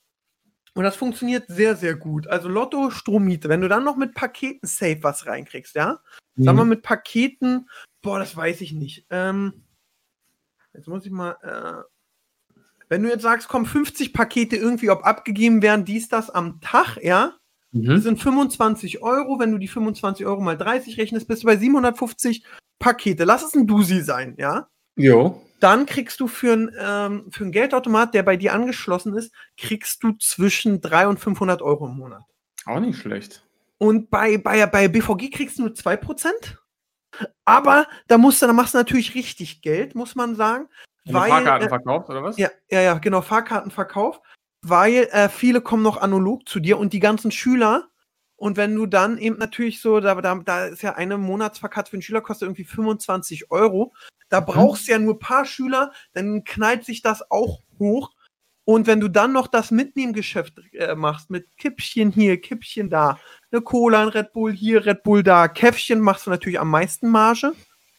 und das funktioniert sehr, sehr gut. Also Lotto, Strommiete. Wenn du dann noch mit Paketen safe was reinkriegst, ja. Sagen wir mit Paketen, boah, das weiß ich nicht. Ähm, jetzt muss ich mal, äh, wenn du jetzt sagst, komm, fünfzig Pakete irgendwie, ob abgegeben werden, dies, das am Tag, ja, das Mhm. sind fünfundzwanzig Euro. Wenn du die fünfundzwanzig Euro mal dreißig rechnest, bist du bei siebenhundertfünfzig Pakete. Lass es ein Dusi sein, ja. Jo. Dann kriegst du für einen ähm, für einen Geldautomat, der bei dir angeschlossen ist, kriegst du zwischen dreihundert und fünfhundert Euro im Monat. Auch nicht schlecht. Und bei, bei, bei B V G kriegst du nur zwei Prozent. Aber da musst du, da machst du natürlich richtig Geld, muss man sagen. Wenn du Weil, Fahrkarten äh, verkaufst, oder was? ja, ja, ja, genau, Fahrkartenverkauf, weil äh, viele kommen noch analog zu dir und die ganzen Schüler. Und wenn du dann eben natürlich so, da, da, da ist ja eine Monatsfahrkarte für einen Schüler, kostet irgendwie fünfundzwanzig Euro. Da brauchst du ja nur ein paar Schüler, dann knallt sich das auch hoch. Und wenn du dann noch das Mitnehmgeschäft äh, machst, mit Kippchen hier, Kippchen da, eine Cola, ein Red Bull hier, Red Bull da, Käffchen machst du natürlich am meisten Marge.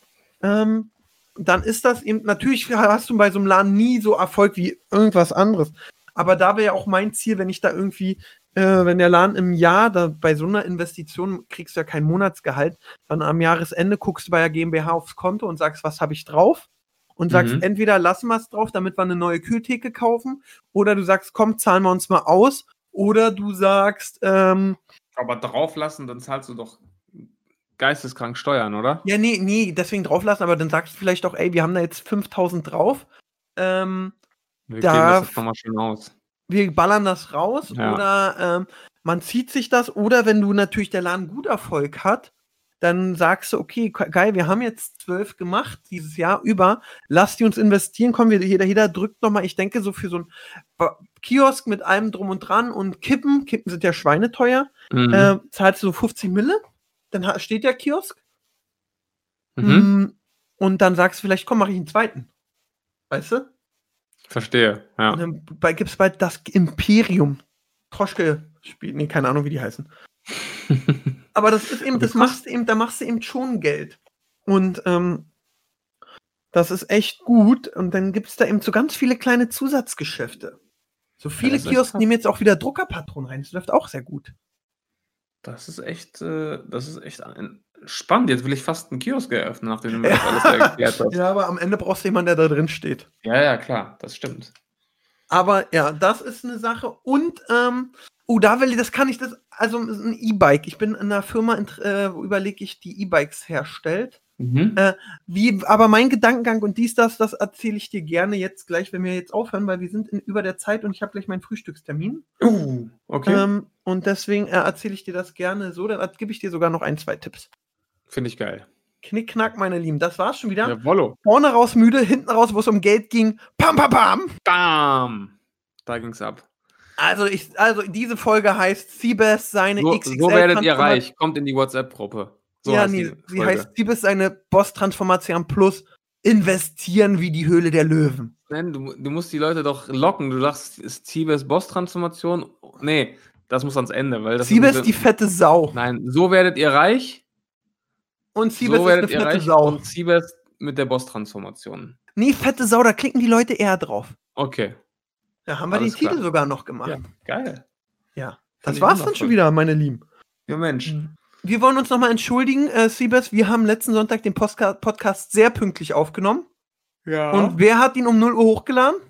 Ähm, dann ist das eben, natürlich hast du bei so einem Laden nie so Erfolg wie irgendwas anderes. Aber da wäre ja auch mein Ziel, wenn ich da irgendwie, äh, wenn der Laden im Jahr, da bei so einer Investition kriegst du ja kein Monatsgehalt, dann am Jahresende guckst du bei der GmbH aufs Konto und sagst, was habe ich drauf? Und sagst, Mhm. entweder lassen wir es drauf, damit wir eine neue Kühltheke kaufen, oder du sagst, komm, zahlen wir uns mal aus, oder du sagst, ähm, Aber drauf lassen, dann zahlst du doch geisteskrank Steuern, oder? ja, nee, nee, deswegen drauflassen, aber dann sagst du vielleicht auch, ey, wir haben da jetzt fünftausend drauf, ähm, Wir Da geben das f- jetzt nochmal schön aus. wir ballern das raus, Ja. oder ähm, man zieht sich das, oder wenn du natürlich der Laden gut Erfolg hat, dann sagst du, okay, ge- geil, wir haben jetzt zwölf gemacht dieses Jahr über, lass die uns investieren, komm, wir, jeder, jeder drückt nochmal, ich denke so für so ein Ba- Kiosk mit allem drum und dran und Kippen, Kippen sind ja schweineteuer, Mhm. äh, zahlst du so fünfzig Mille, dann ha- steht der Kiosk, mhm. mm, und dann sagst du vielleicht, komm, mach ich einen zweiten, weißt du? Verstehe, Und ja. dann bei, gibt's bald das Imperium. Troschke spielt, nee, keine Ahnung, wie die heißen. Aber das ist eben, Wie das kost- machst du eben, da machst du eben schon Geld. Und ähm, das ist echt gut. Und dann gibt es da eben so ganz viele kleine Zusatzgeschäfte. So viele das ist echt Kiosken krass. nehmen jetzt auch wieder Druckerpatronen rein. Das läuft auch sehr gut. Das ist echt, äh, das ist echt ein, spannend. Jetzt will ich fast einen Kiosk eröffnen, nachdem du mir das alles erklärt hast. Ja, aber am Ende brauchst du jemanden, der da drin steht. Ja, ja, klar, das stimmt. Aber ja, das ist eine Sache. Und, ähm, oh, da will ich, das kann ich, das, also ein E-Bike. Ich bin in einer Firma, äh, wo überlege ich, die E-Bikes herstellt. Mhm. Äh, wie, aber mein Gedankengang und dies, das, das erzähle ich dir gerne jetzt gleich, wenn wir jetzt aufhören, weil wir sind in, über der Zeit und ich habe gleich meinen Frühstückstermin. Uh, okay. Ähm, und deswegen äh, erzähle ich dir das gerne so, dann gebe ich dir sogar noch ein, zwei Tipps. Finde ich geil. Knick, knack, meine Lieben, das war's schon wieder. Jawollo. Vorne raus müde, hinten raus, wo es um Geld ging. Pam, pam, pam! Bam! Da ging's ab. Also, ich, also diese Folge heißt Siebes seine So, X X L. so werdet ihr Transforma- reich. Kommt in die WhatsApp-Gruppe. So ja, heißt nee, die sie Folge. heißt Siebes seine Boss-Transformation plus investieren wie die Höhle der Löwen. Nein, du, du musst die Leute doch locken. Du sagst, ist Siebes Boss-Transformation? Nee, das muss ans Ende. Weil das Siebes ist die fette Sau. Nein, so werdet ihr reich. Und Siebes So ist eine werdet ihr fette reich. Sau. Und Siebes mit der Boss-Transformation. Nee, fette Sau, da klicken die Leute eher drauf. Okay. Da haben wir Alles den Titel klar. sogar noch gemacht. Ja, geil. Ja. Das ich war's dann wundervoll. schon wieder, meine Lieben. Ja, Mensch. Wir wollen uns nochmal entschuldigen, äh, Siebes, wir haben letzten Sonntag den Postka- Podcast sehr pünktlich aufgenommen. Ja. Und wer hat ihn um null Uhr hochgeladen?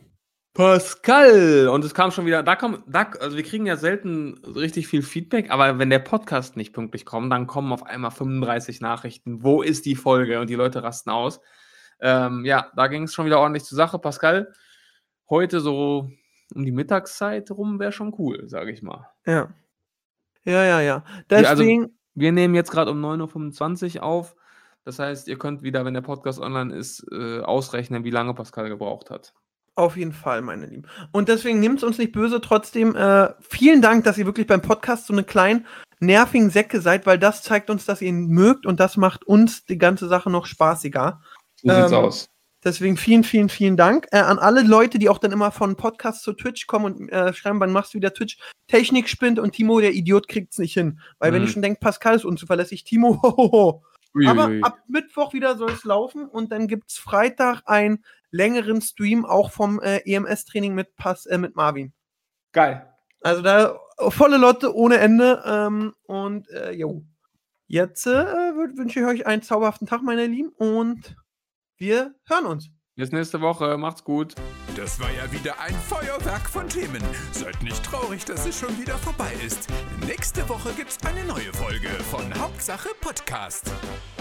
Pascal! Und es kam schon wieder, da kommt, da, also wir kriegen ja selten richtig viel Feedback, aber wenn der Podcast nicht pünktlich kommt, dann kommen auf einmal fünfunddreißig Nachrichten. Wo ist die Folge? Und die Leute rasten aus. Ähm, ja, da ging es schon wieder ordentlich zur Sache. Pascal, heute so um die Mittagszeit rum wäre schon cool, sage ich mal. Ja. Ja, ja, ja. Wir- also- Deswegen, Wir nehmen jetzt gerade um neun Uhr fünfundzwanzig auf. Das heißt, ihr könnt wieder, wenn der Podcast online ist, äh, ausrechnen, wie lange Pascal gebraucht hat. Auf jeden Fall, meine Lieben. Und deswegen nehmt es uns nicht böse. Trotzdem äh, vielen Dank, dass ihr wirklich beim Podcast so eine kleinen nervigen Säcke seid, weil das zeigt uns, dass ihr ihn mögt und das macht uns die ganze Sache noch spaßiger. So sieht's Ähm, aus. Deswegen vielen, vielen, vielen Dank äh, an alle Leute, die auch dann immer von Podcasts zu Twitch kommen und äh, schreiben, wann machst du wieder Twitch? Technik spinnt und Timo, der Idiot, kriegt's nicht hin. Weil wenn Mhm. ich schon denke, Pascal ist unzuverlässig, Timo, hohoho. Aber Uiuiui. ab Mittwoch wieder soll es laufen und dann gibt's Freitag einen längeren Stream auch vom äh, E M S-Training mit, Pas- äh, mit Marvin. Geil. Also da volle Lotte ohne Ende. Ähm, und äh, jo. Jetzt äh, wünsche ich euch einen zauberhaften Tag, meine Lieben, und wir hören uns. Bis nächste Woche. Macht's gut. Das war ja wieder ein Feuerwerk von Themen. Seid nicht traurig, dass es schon wieder vorbei ist. Nächste Woche gibt's eine neue Folge von Hauptsache Podcast.